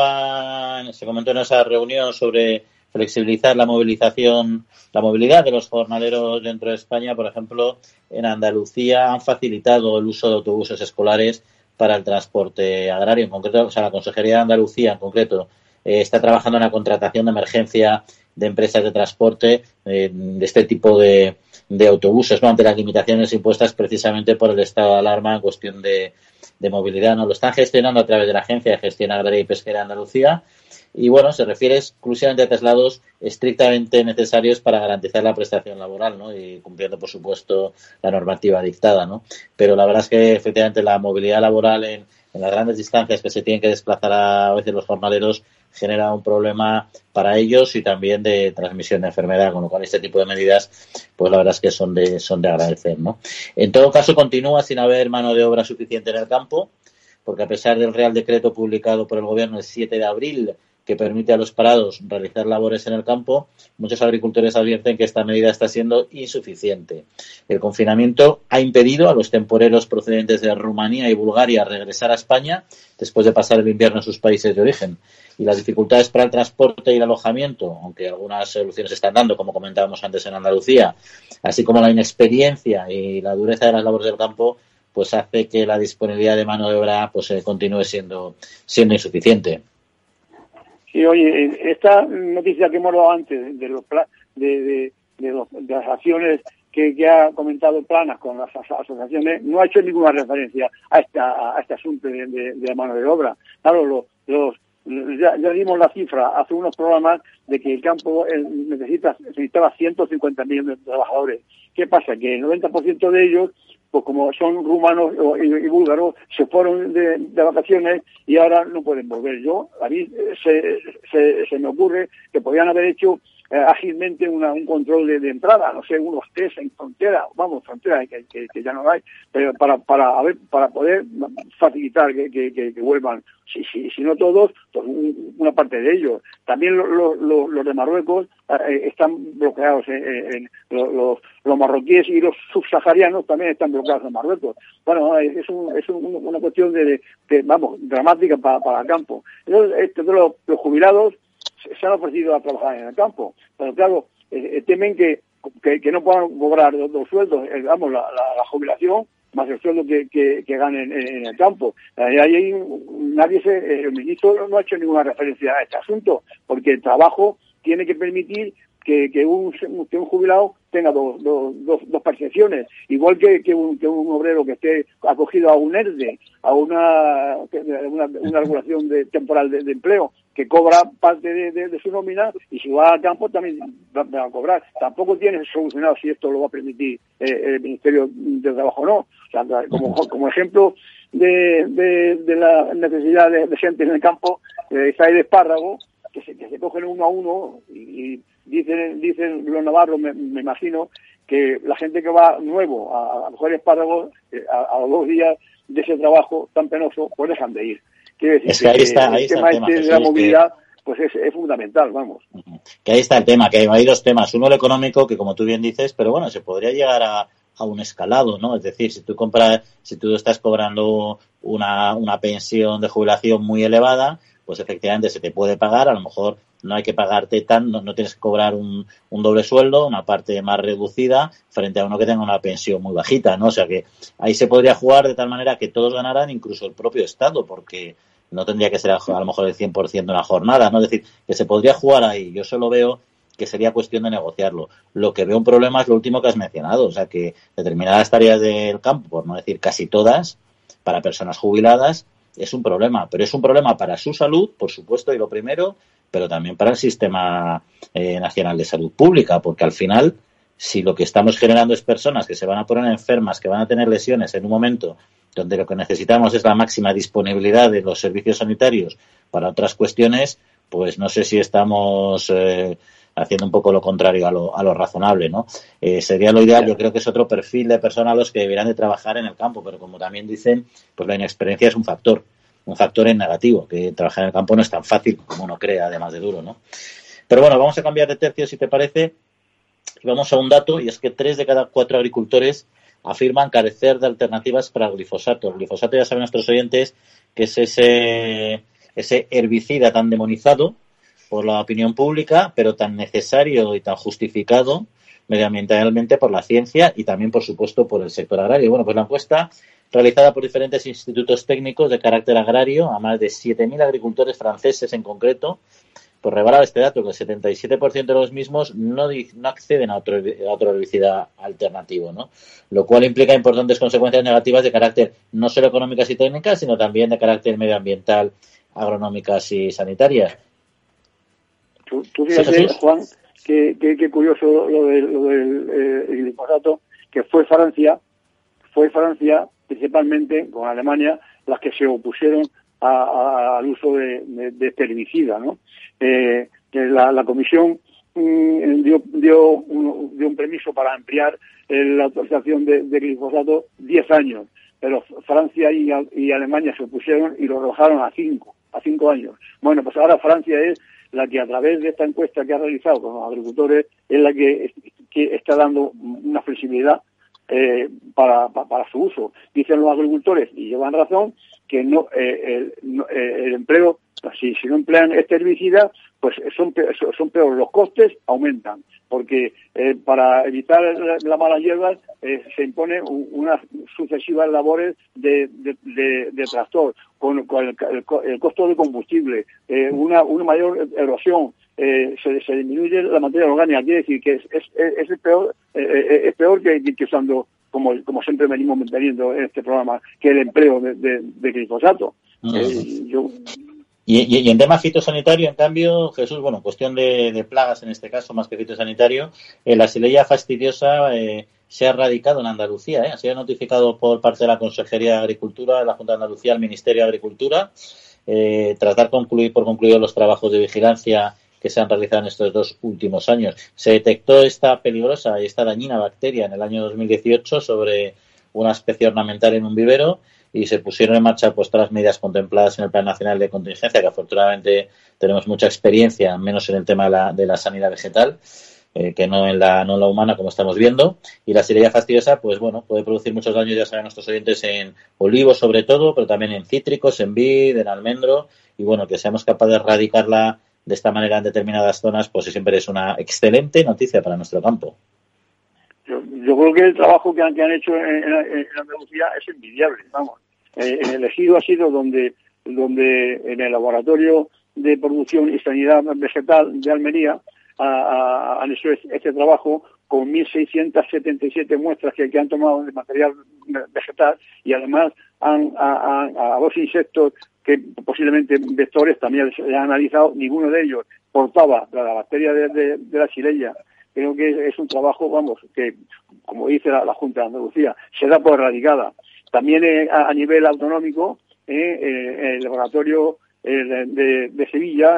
comentó en esa reunión sobre flexibilizar la movilidad de los jornaleros dentro de España, por ejemplo, en Andalucía han facilitado el uso de autobuses escolares para el transporte agrario. En concreto, la Consejería de Andalucía, en concreto, está trabajando en la contratación de emergencia de empresas de transporte de este tipo de autobuses, ¿no?, ante las limitaciones impuestas precisamente por el estado de alarma en cuestión de movilidad, ¿no? Lo están gestionando a través de la Agencia de Gestión Agraria y Pesquera de Andalucía y, bueno, se refiere exclusivamente a traslados estrictamente necesarios para garantizar la prestación laboral, ¿no?, y cumpliendo, por supuesto, la normativa dictada, ¿no? Pero la verdad es que, efectivamente, la movilidad laboral en las grandes distancias que se tienen que desplazar a veces los jornaleros genera un problema para ellos y también de transmisión de enfermedad, con lo cual este tipo de medidas, pues la verdad es que son de agradecer, ¿no? En todo caso, continúa sin haber mano de obra suficiente en el campo, porque a pesar del Real Decreto publicado por el Gobierno el 7 de abril, que permite a los parados realizar labores en el campo, muchos agricultores advierten que esta medida está siendo insuficiente. El confinamiento ha impedido a los temporeros procedentes de Rumanía y Bulgaria regresar a España después de pasar el invierno en sus países de origen. Y las dificultades para el transporte y el alojamiento, aunque algunas soluciones se están dando, como comentábamos antes en Andalucía, así como la inexperiencia y la dureza de las labores del campo, pues hace que la disponibilidad de mano de obra pues continúe siendo insuficiente. Sí, oye, esta noticia que hemos dado antes de las acciones que ha comentado Planas con las asociaciones no ha hecho ninguna referencia a este asunto de la mano de obra. Claro, ya dimos la cifra hace unos programas de que el campo necesitaba 150.000 de trabajadores. ¿Qué pasa? Que el 90% de ellos, pues como son rumanos y búlgaros, se fueron de vacaciones y ahora no pueden volver. A mí se me ocurre que podían haber hecho ágilmente un control de entrada, no sé, unos test en frontera que ya no hay, pero para poder facilitar que vuelvan, si no todos, pues una parte de ellos. También los de Marruecos están bloqueados, los marroquíes y los subsaharianos también están bloqueados en Marruecos. Bueno, es una cuestión dramática para el campo. Entonces, los jubilados se han ofrecido a trabajar en el campo, pero claro, temen que no puedan cobrar los sueldos, la jubilación más el sueldo que ganen en el campo. Ahí el ministro no ha hecho ninguna referencia a este asunto, porque el trabajo tiene que permitir que un jubilado tenga dos percepciones, igual que un obrero que esté acogido a un ERTE, a una regulación temporal de empleo, que cobra parte de su nómina, y si va al campo también va a cobrar. Tampoco tiene solucionado si esto lo va a permitir el Ministerio de Trabajo o no. O sea, como ejemplo de la necesidad de gente en el campo, está el espárrago, que se cogen uno a uno y dicen los navarros, me imagino, que la gente que va nuevo a coger espárragos, a los 2 días de ese trabajo tan penoso, pues dejan de ir. Quiere decir que el tema de la movilidad pues es fundamental, vamos. Que ahí está el tema, que hay 2 temas. Uno, el económico, que como tú bien dices, pero bueno, se podría llegar a un escalado, ¿no? Es decir, si tú estás cobrando una pensión de jubilación muy elevada, pues efectivamente se te puede pagar, a lo mejor no hay que pagarte no tienes que cobrar un doble sueldo, una parte más reducida frente a uno que tenga una pensión muy bajita, ¿no? O sea que ahí se podría jugar de tal manera que todos ganaran, incluso el propio Estado, porque no tendría que ser a lo mejor el 100% de una jornada, ¿no? Es decir, que se podría jugar ahí. Yo solo veo que sería cuestión de negociarlo. Lo que veo un problema es lo último que has mencionado, o sea que determinadas tareas del campo, por no decir casi todas, para personas jubiladas, es un problema, pero es un problema para su salud, por supuesto, y lo primero, pero también para el Sistema Nacional de Salud Pública, porque al final, si lo que estamos generando es personas que se van a poner enfermas, que van a tener lesiones en un momento donde lo que necesitamos es la máxima disponibilidad de los servicios sanitarios para otras cuestiones, pues no sé si estamos haciendo un poco lo contrario a lo razonable, ¿no? Sería lo ideal. Yo creo que es otro perfil de personas los que deberán de trabajar en el campo, pero como también dicen, pues la inexperiencia es un factor. un factor en negativo, que trabajar en el campo no es tan fácil como uno cree, además de duro, ¿no? Pero bueno, vamos a cambiar de tercio, si te parece, y vamos a un dato, y es que 3 de cada 4 agricultores afirman carecer de alternativas para el glifosato. El glifosato, ya saben nuestros oyentes, que es ese herbicida tan demonizado por la opinión pública, pero tan necesario y tan justificado medioambientalmente por la ciencia y también, por supuesto, por el sector agrario. Bueno, pues la encuesta realizada por diferentes institutos técnicos de carácter agrario a más de 7.000 agricultores franceses en concreto, pues revelaba este dato, que el 77% de los mismos no acceden a otro herbicida alternativo, ¿no? Lo cual implica importantes consecuencias negativas de carácter no solo económicas y técnicas, sino también de carácter medioambiental, agronómicas y sanitarias. Tú fíjate, Juan, qué curioso lo del glifosato, que fue Francia principalmente con Alemania las que se opusieron al uso de este herbicida, ¿no? La Comisión dio un permiso para ampliar la autorización de glifosato 10 años, pero Francia y Alemania se opusieron y lo rebajaron a 5 años. Bueno, pues ahora Francia es la que, a través de esta encuesta que ha realizado con los agricultores, es la que está dando una flexibilidad para su uso. Dicen los agricultores, y llevan razón, que el empleo, si no emplean este herbicida, pues son peor, los costes aumentan, porque para evitar las malas hierbas se imponen unas sucesivas labores de tractor, con el costo de combustible, una mayor erosión, se disminuye la materia orgánica. Quiere decir que es peor que usando, como siempre venimos manteniendo en este programa, que el empleo de glifosato. Y en tema fitosanitario, en cambio, Jesús, bueno, cuestión de plagas en este caso, más que fitosanitario, la Xylella fastidiosa se ha erradicado en Andalucía, ha sido notificado por parte de la Consejería de Agricultura, de la Junta de Andalucía, al Ministerio de Agricultura, tras dar por concluidos los trabajos de vigilancia que se han realizado en estos 2 últimos años. Se detectó esta peligrosa y esta dañina bacteria en el año 2018 sobre una especie ornamental en un vivero, y se pusieron en marcha pues todas las medidas contempladas en el Plan Nacional de Contingencia, que afortunadamente tenemos mucha experiencia, menos en el tema de la sanidad vegetal, que no en la humana, como estamos viendo. Y la Xylella fastidiosa, pues bueno, puede producir muchos daños, ya saben nuestros oyentes, en olivos sobre todo, pero también en cítricos, en vid, en almendro, y bueno, que seamos capaces de erradicarla de esta manera en determinadas zonas, pues siempre es una excelente noticia para nuestro campo. Yo creo que el trabajo que han hecho en Andalucía es envidiable, vamos. En el ejido ha sido donde en el laboratorio de producción y sanidad vegetal de Almería han hecho este trabajo con 1.677 muestras que han tomado de material vegetal, y además a 2 insectos que posiblemente vectores también se han analizado. Ninguno de ellos portaba la bacteria de la Xylella. Creo que es un trabajo, vamos, que, como dice la Junta de Andalucía, se da por erradicada. También a nivel autonómico, el laboratorio de Sevilla,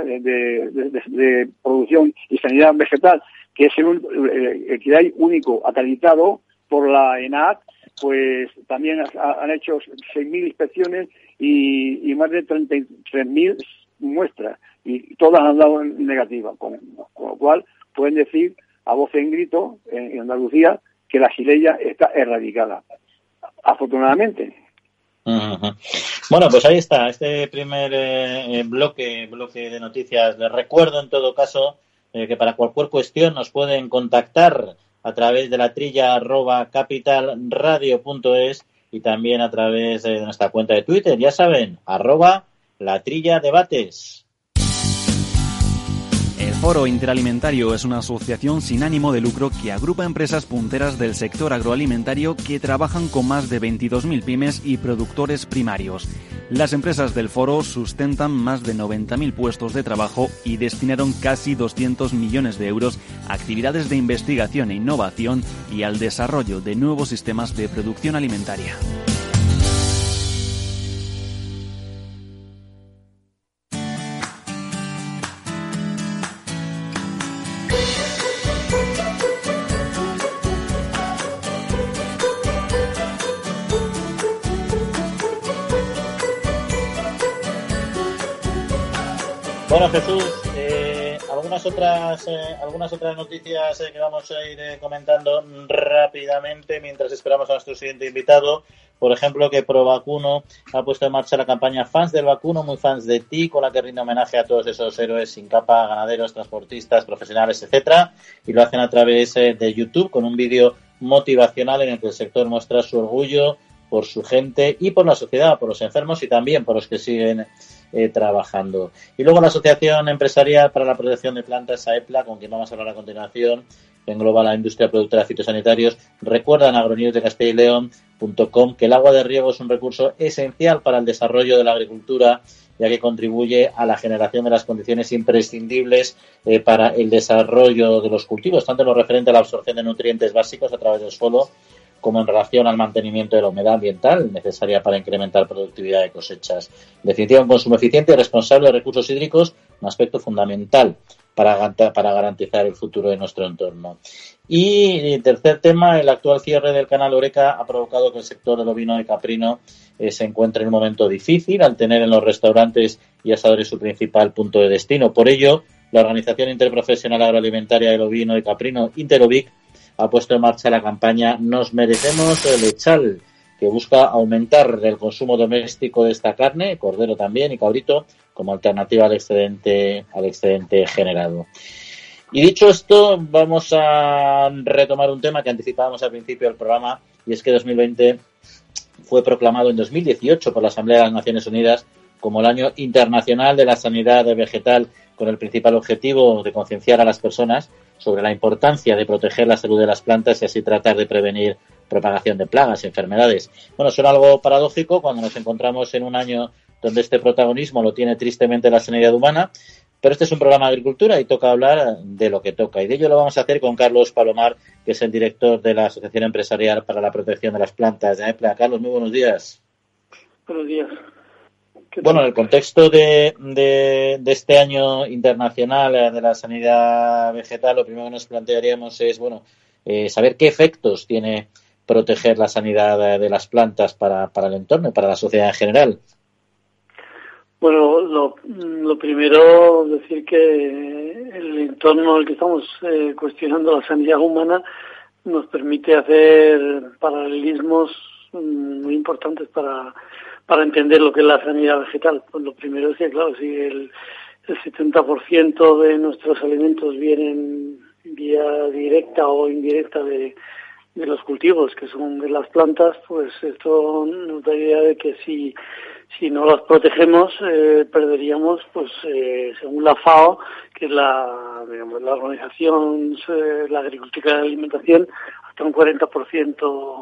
de producción y sanidad vegetal, que es el que hay único acreditado por la ENAC, pues también han hecho 6.000 inspecciones y más de 33.000 muestras, y todas han dado negativa, con lo cual pueden decir a voz en grito en Andalucía que la Xylella está erradicada, afortunadamente. Uh-huh. Bueno, pues ahí está, este primer bloque de noticias. Les recuerdo en todo caso que para cualquier cuestión nos pueden contactar a través de la trilla @capitalradio.es y también a través de nuestra cuenta de Twitter, ya saben, @latrilladebates. El Foro Interalimentario es una asociación sin ánimo de lucro que agrupa empresas punteras del sector agroalimentario que trabajan con más de 22.000 pymes y productores primarios. Las empresas del foro sustentan más de 90.000 puestos de trabajo y destinaron casi 200 millones de euros a actividades de investigación e innovación y al desarrollo de nuevos sistemas de producción alimentaria. Bueno, Jesús, algunas otras noticias que vamos a ir comentando rápidamente mientras esperamos a nuestro siguiente invitado. Por ejemplo, que Provacuno ha puesto en marcha la campaña Fans del Vacuno, muy fans de ti, con la que rinde homenaje a todos esos héroes sin capa, ganaderos, transportistas, profesionales, etcétera, y lo hacen a través de YouTube con un vídeo motivacional en el que el sector muestra su orgullo por su gente y por la sociedad, por los enfermos y también por los que siguen trabajando. Y luego la Asociación Empresarial para la Protección de Plantas, AEPLA, con quien vamos a hablar a continuación, que engloba la industria productora de fitosanitarios, recuerda en Agronews de Castilla y León.com que el agua de riego es un recurso esencial para el desarrollo de la agricultura, ya que contribuye a la generación de las condiciones imprescindibles para el desarrollo de los cultivos, tanto en lo referente a la absorción de nutrientes básicos a través del suelo, como en relación al mantenimiento de la humedad ambiental necesaria para incrementar productividad de cosechas. En definitiva, un consumo eficiente y responsable de recursos hídricos, un aspecto fundamental para garantizar el futuro de nuestro entorno. Y tercer tema, el actual cierre del canal Horeca ha provocado que el sector del ovino y caprino se encuentre en un momento difícil al tener en los restaurantes y asadores su principal punto de destino. Por ello, la Organización Interprofesional Agroalimentaria del Ovino y Caprino, Interovic, ha puesto en marcha la campaña Nos merecemos lechal, que busca aumentar el consumo doméstico de esta carne, cordero también y cabrito, como alternativa al excedente generado. Y dicho esto, vamos a retomar un tema que anticipábamos al principio del programa, y es que 2020 fue proclamado en 2018 por la Asamblea de las Naciones Unidas como el Año Internacional de la Sanidad Vegetal, con el principal objetivo de concienciar a las personas sobre la importancia de proteger la salud de las plantas y así tratar de prevenir propagación de plagas y enfermedades. Bueno, suena algo paradójico cuando nos encontramos en un año donde este protagonismo lo tiene tristemente la sanidad humana, pero este es un programa de agricultura y toca hablar de lo que toca. Y de ello lo vamos a hacer con Carlos Palomar, que es el director de la Asociación Empresarial para la Protección de las Plantas de AEPLA. Carlos, muy buenos días. Buenos días. Bueno, en el contexto de este año internacional de la sanidad vegetal, lo primero que nos plantearíamos es, saber qué efectos tiene proteger la sanidad de las plantas para el entorno y para la sociedad en general. Bueno, lo primero, decir que el entorno en el que estamos cuestionando la sanidad humana nos permite hacer paralelismos muy importantes para entender lo que es la sanidad vegetal. Pues lo primero es que, claro, si el 70% de nuestros alimentos vienen vía directa o indirecta de los cultivos, que son de las plantas, pues esto nos da idea de que si no las protegemos, perderíamos, pues según la FAO, que es la Organización la Agricultura y la Alimentación, hasta un 40%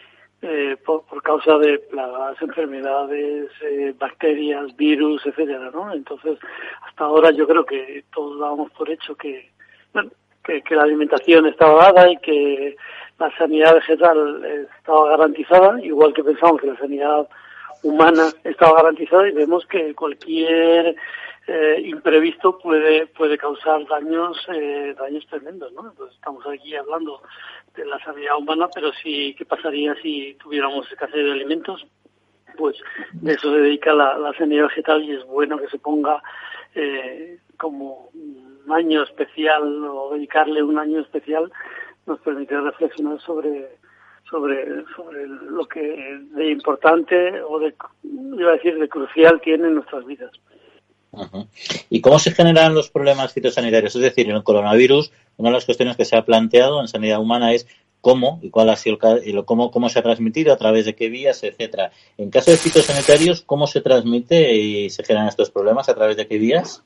por causa de plagas, enfermedades, bacterias, virus, etcétera, ¿no? Entonces, hasta ahora yo creo que todos dábamos por hecho que la alimentación estaba dada y que la sanidad vegetal estaba garantizada, igual que pensamos que la sanidad humana estaba garantizada, y vemos que cualquier imprevisto puede causar daños tremendos, ¿no? Entonces estamos aquí hablando de la sanidad humana, pero sí, ¿qué pasaría si tuviéramos escasez de alimentos? Pues de eso se dedica la sanidad vegetal, y es bueno que se ponga como un año especial, o dedicarle un año especial nos permite reflexionar sobre lo que de importante o de crucial tiene en nuestras vidas. Uh-huh. ¿Y cómo se generan los problemas fitosanitarios? Es decir, en el coronavirus, una de las cuestiones que se ha planteado en sanidad humana es cómo y cuál ha sido cómo se ha transmitido, a través de qué vías, etcétera. En caso de fitosanitarios, ¿cómo se transmite y se generan estos problemas? ¿A través de qué vías?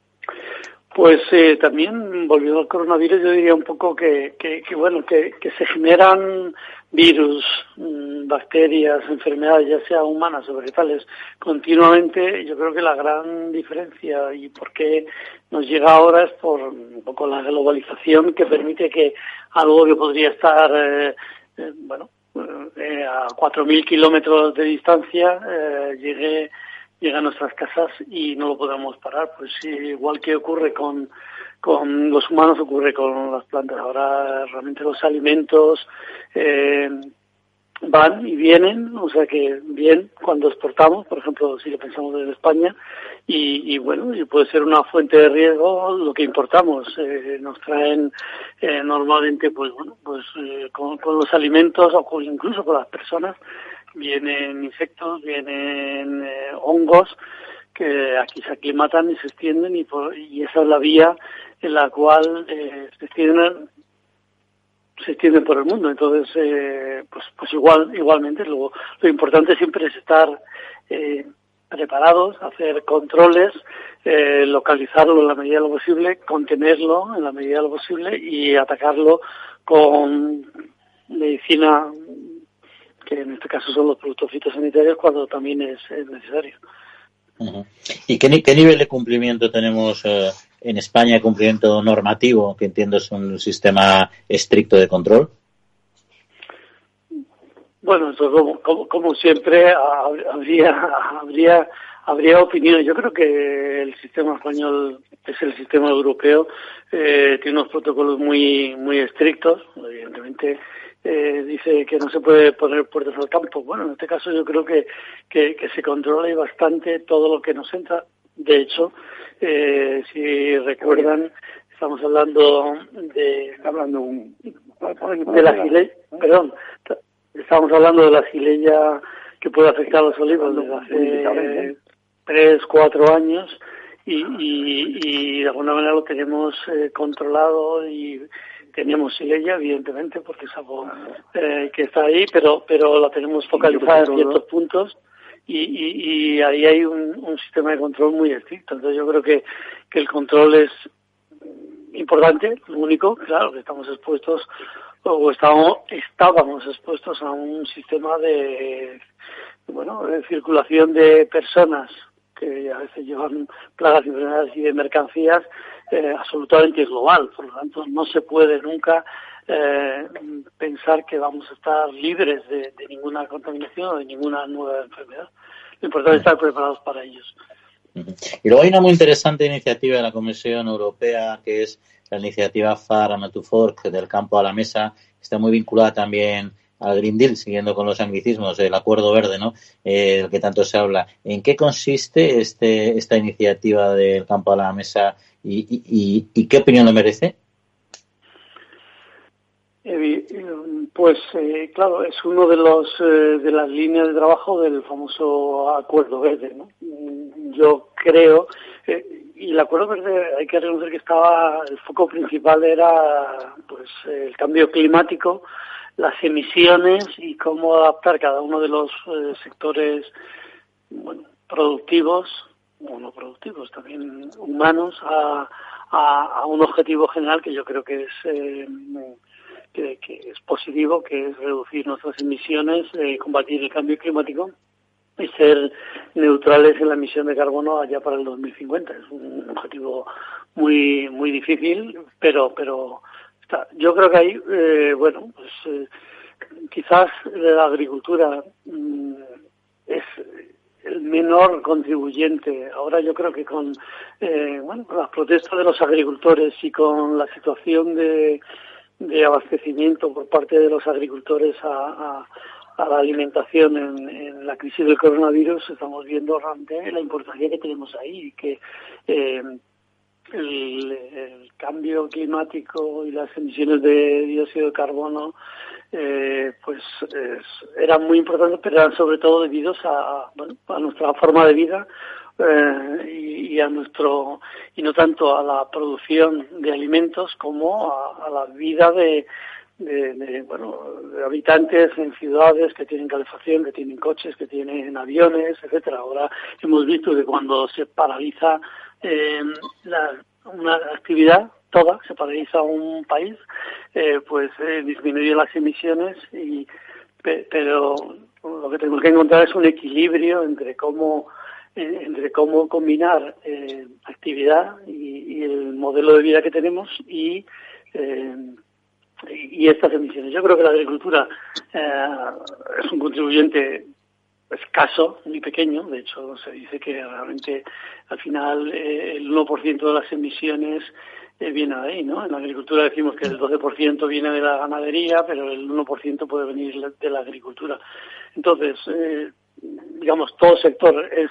Pues también, volviendo al coronavirus, yo diría un poco que se generan virus, bacterias, enfermedades, ya sea humanas o vegetales, continuamente. Yo creo que la gran diferencia y por qué nos llega ahora es por un poco la globalización, que permite que algo que podría estar a 4.000 kilómetros de distancia llegue a nuestras casas y no lo podemos parar. Pues igual que ocurre con los humanos, ocurre con las plantas. Ahora realmente los alimentos van y vienen, o sea que bien cuando exportamos, por ejemplo, si lo pensamos desde España, y bueno, y puede ser una fuente de riesgo lo que importamos. Nos traen normalmente, pues bueno, pues con los alimentos o incluso con las personas, vienen insectos, vienen hongos que aquí se aclimatan y se extienden y esa es la vía en la cual se extienden por el mundo. Entonces, pues igualmente lo importante siempre es estar preparados, hacer controles, localizarlo en la medida de lo posible, contenerlo en la medida de lo posible y atacarlo con medicina, que en este caso son los productos fitosanitarios, cuando también es necesario. Uh-huh. ¿Y qué nivel de cumplimiento tenemos en España, cumplimiento normativo, que entiendo es un sistema estricto de control? Bueno, eso como siempre habría opiniones. Yo creo que el sistema español es el sistema europeo, tiene unos protocolos muy estrictos. Evidentemente dice que no se puede poner puertas al campo. Bueno, en este caso yo creo que se controla bastante todo lo que nos entra. De hecho, si recuerdan, estamos hablando de la gileya, estábamos hablando de la gileya que puede afectar a los olivos desde hace 3-4 años y de alguna manera lo tenemos controlado y tenemos gileya, evidentemente, porque es algo que está ahí, pero la tenemos focalizada en ciertos puntos y ahí hay un sistema de control muy estricto. Entonces yo creo que el control es importante. Lo único, claro, que estamos expuestos o estábamos expuestos a un sistema de circulación de personas que a veces llevan plagas y enfermedades y de mercancías absolutamente global. Por lo tanto, no se puede nunca pensar que vamos a estar libres de ninguna contaminación o de ninguna nueva enfermedad. Lo importante es estar preparados para ellos. Y luego hay una muy interesante iniciativa de la Comisión Europea, que es la iniciativa Farm to Fork, del campo a la mesa, que está muy vinculada también al Green Deal, siguiendo con los anglicismos, el Acuerdo Verde, ¿no? Del que tanto se habla. ¿En qué consiste esta iniciativa del campo a la mesa y qué opinión le merece? Pues claro, es uno de las líneas de trabajo del famoso Acuerdo Verde, ¿no? Yo creo, y el Acuerdo Verde hay que reconocer que el foco principal era pues el cambio climático, las emisiones y cómo adaptar cada uno de los sectores productivos o no productivos, también humanos, a un objetivo general que yo creo que es positivo, que es reducir nuestras emisiones, combatir el cambio climático y ser neutrales en la emisión de carbono allá para el 2050. Es un objetivo muy difícil, pero yo creo que ahí, quizás la agricultura es el menor contribuyente. Ahora yo creo que con las protestas de los agricultores y con la situación de abastecimiento por parte de los agricultores a la alimentación en la crisis del coronavirus, estamos viendo realmente la importancia que tenemos ahí, que el cambio climático y las emisiones de dióxido de carbono eran muy importantes, pero eran sobre todo debidos a nuestra forma de vida y no tanto a la producción de alimentos como a la vida de habitantes en ciudades que tienen calefacción, que tienen coches, que tienen aviones, etcétera. Ahora hemos visto que cuando se paraliza una actividad, se paraliza un país, disminuyen las emisiones pero lo que tenemos que encontrar es un equilibrio entre cómo combinar actividad y el modelo de vida que tenemos y estas emisiones. Yo creo que la agricultura es un contribuyente escaso, muy pequeño. De hecho, se dice que realmente al final el 1% de las emisiones viene de ahí, ¿no? En la agricultura decimos que el 12% viene de la ganadería, pero el 1% puede venir de la agricultura. Entonces, digamos, todo sector es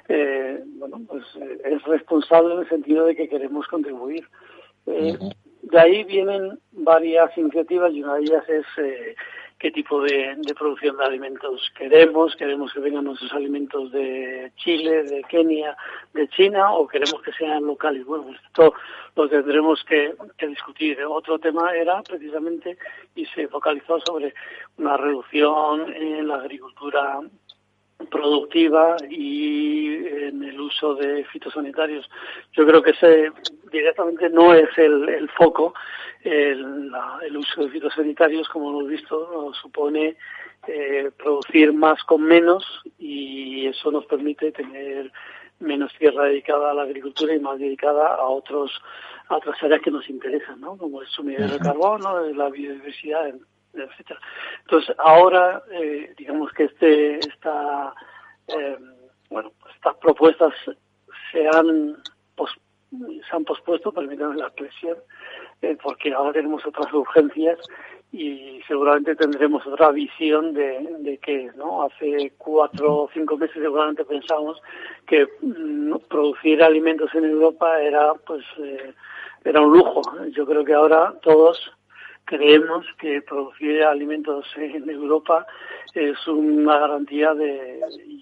es responsable en el sentido de que queremos contribuir. De ahí vienen varias iniciativas y una de ellas es qué tipo de producción de alimentos queremos que vengan nuestros alimentos de Chile, de Kenia, de China, o queremos que sean locales. Bueno, esto lo tendremos que discutir. Otro tema era precisamente, y se focalizó sobre una reducción en la agricultura productiva y en el uso de fitosanitarios. Yo creo que ese directamente no es el foco. El uso de fitosanitarios, como hemos visto, supone producir más con menos, y eso nos permite tener menos tierra dedicada a la agricultura y más dedicada a otras áreas que nos interesan, ¿no? Como el suministro de carbono, la biodiversidad, etcétera. Entonces, ahora, digamos que estas propuestas se han pospuesto, permítanme la expresión, porque ahora tenemos otras urgencias y seguramente tendremos otra visión de que, ¿no? Hace 4 o 5 meses seguramente pensábamos que producir alimentos en Europa era un lujo. Yo creo que ahora todos creemos que producir alimentos en Europa es una garantía de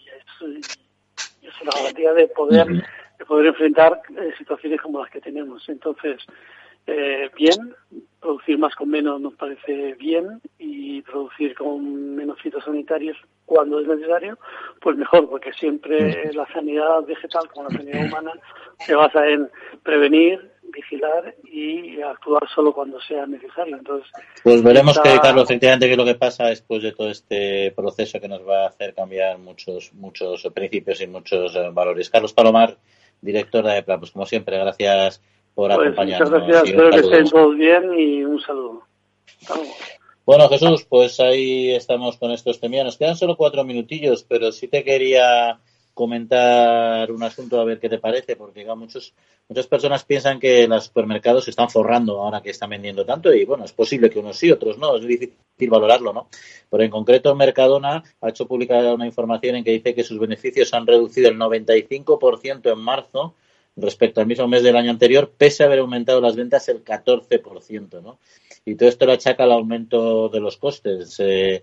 poder enfrentar situaciones como las que tenemos. Entonces, bien, producir más con menos nos parece bien, y producir con menos fitosanitarios cuando es necesario, pues mejor, porque siempre la sanidad vegetal, como la sanidad humana, se basa en prevenir, vigilar y actuar solo cuando sea necesario. Entonces, pues veremos, Carlos, efectivamente, qué es lo que pasa después de todo este proceso que nos va a hacer cambiar muchos principios y muchos valores. Carlos Palomar, director de AEPLA, pues como siempre, gracias por acompañarnos. Muchas gracias, espero que estén todos bien y un saludo. Bueno, Jesús, pues ahí estamos con estos temas. Nos quedan solo 4 minutillos, pero sí te quería comentar un asunto, a ver qué te parece, porque muchas personas piensan que los supermercados se están forrando ahora que están vendiendo tanto, y bueno, es posible que unos sí, otros no, es difícil valorarlo, ¿no? Pero en concreto Mercadona ha hecho pública una información en que dice que sus beneficios han reducido el 95% en marzo respecto al mismo mes del año anterior, pese a haber aumentado las ventas el 14%, ¿no? Y todo esto lo achaca al aumento de los costes.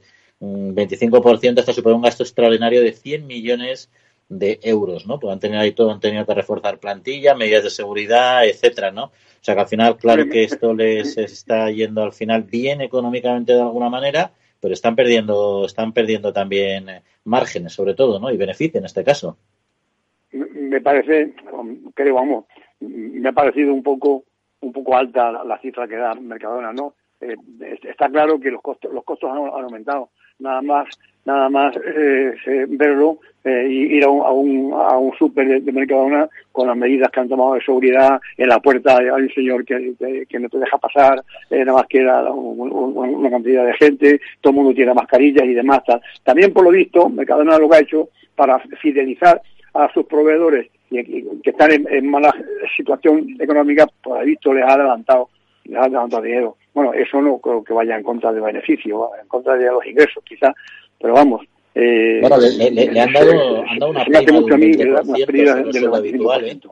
25% hasta supone un gasto extraordinario de 100 millones de euros, ¿no? Pues han tenido que reforzar plantilla, medidas de seguridad, etcétera, ¿no? O sea que al final, claro que esto les está yendo al final bien económicamente de alguna manera, pero están perdiendo también márgenes, sobre todo, ¿no? Y beneficio en este caso. Me parece, me ha parecido un poco alta la cifra que da Mercadona, ¿no? Está claro que los costos han aumentado. Nada más verlo, ir a un súper de Mercadona con las medidas que han tomado de seguridad. En la puerta hay un señor que no te deja pasar, nada más que era una cantidad de gente, todo el mundo tiene mascarillas y demás. También, por lo visto, Mercadona lo que ha hecho para fidelizar a sus proveedores que están en mala situación económica, pues ha visto, les ha adelantado dinero. Bueno, eso no creo que vaya en contra del beneficio, en contra de los ingresos, quizás, pero vamos. Bueno, le han dado una prima de lo habitual, ¿eh?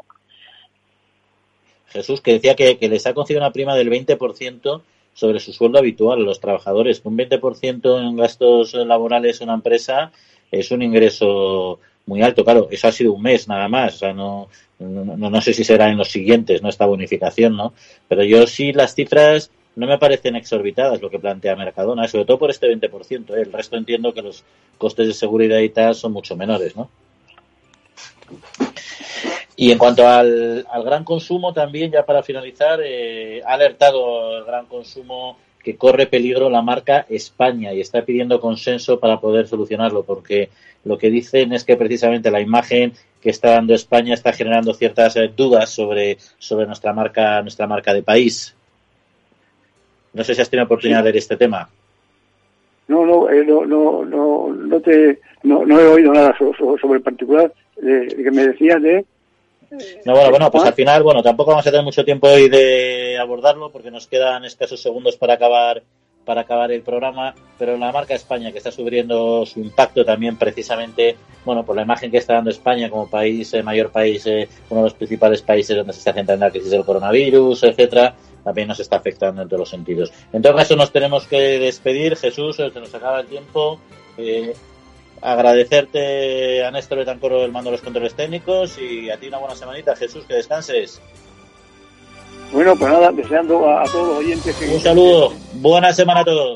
Jesús, que decía que les ha concedido una prima del 20% sobre su sueldo habitual a los trabajadores. Un 20% en gastos laborales en una empresa es un ingreso muy alto. Claro, eso ha sido un mes nada más, o sea, no sé si será en los siguientes, ¿no? Esta bonificación, ¿no? Pero yo sí, las cifras no me parecen exorbitadas lo que plantea Mercadona, sobre todo por este 20%, ¿eh? El resto entiendo que los costes de seguridad y tal son mucho menores, ¿no? Y en cuanto al gran consumo también, ya para finalizar, ha alertado el gran consumo que corre peligro la marca España y está pidiendo consenso para poder solucionarlo, porque lo que dicen es que precisamente la imagen que está dando España está generando ciertas dudas sobre nuestra marca de país. No sé si has tenido oportunidad de leer este tema. No he oído nada sobre el particular que me decías de... No, bueno, pues al final, tampoco vamos a tener mucho tiempo hoy de abordarlo porque nos quedan escasos segundos para acabar el programa, pero la marca España, que está sufriendo su impacto también precisamente, por la imagen que está dando España como país, mayor país, uno de los principales países donde se está centrando la crisis del coronavirus, etcétera, también nos está afectando en todos los sentidos. En todo caso, nos tenemos que despedir. Jesús, se nos acaba el tiempo. Agradecerte a Néstor Betancoro el mando de los controles técnicos y a ti una buena semanita, Jesús, que descanses. Bueno, pues nada, deseando a todos los oyentes que... Un saludo, buena semana a todos.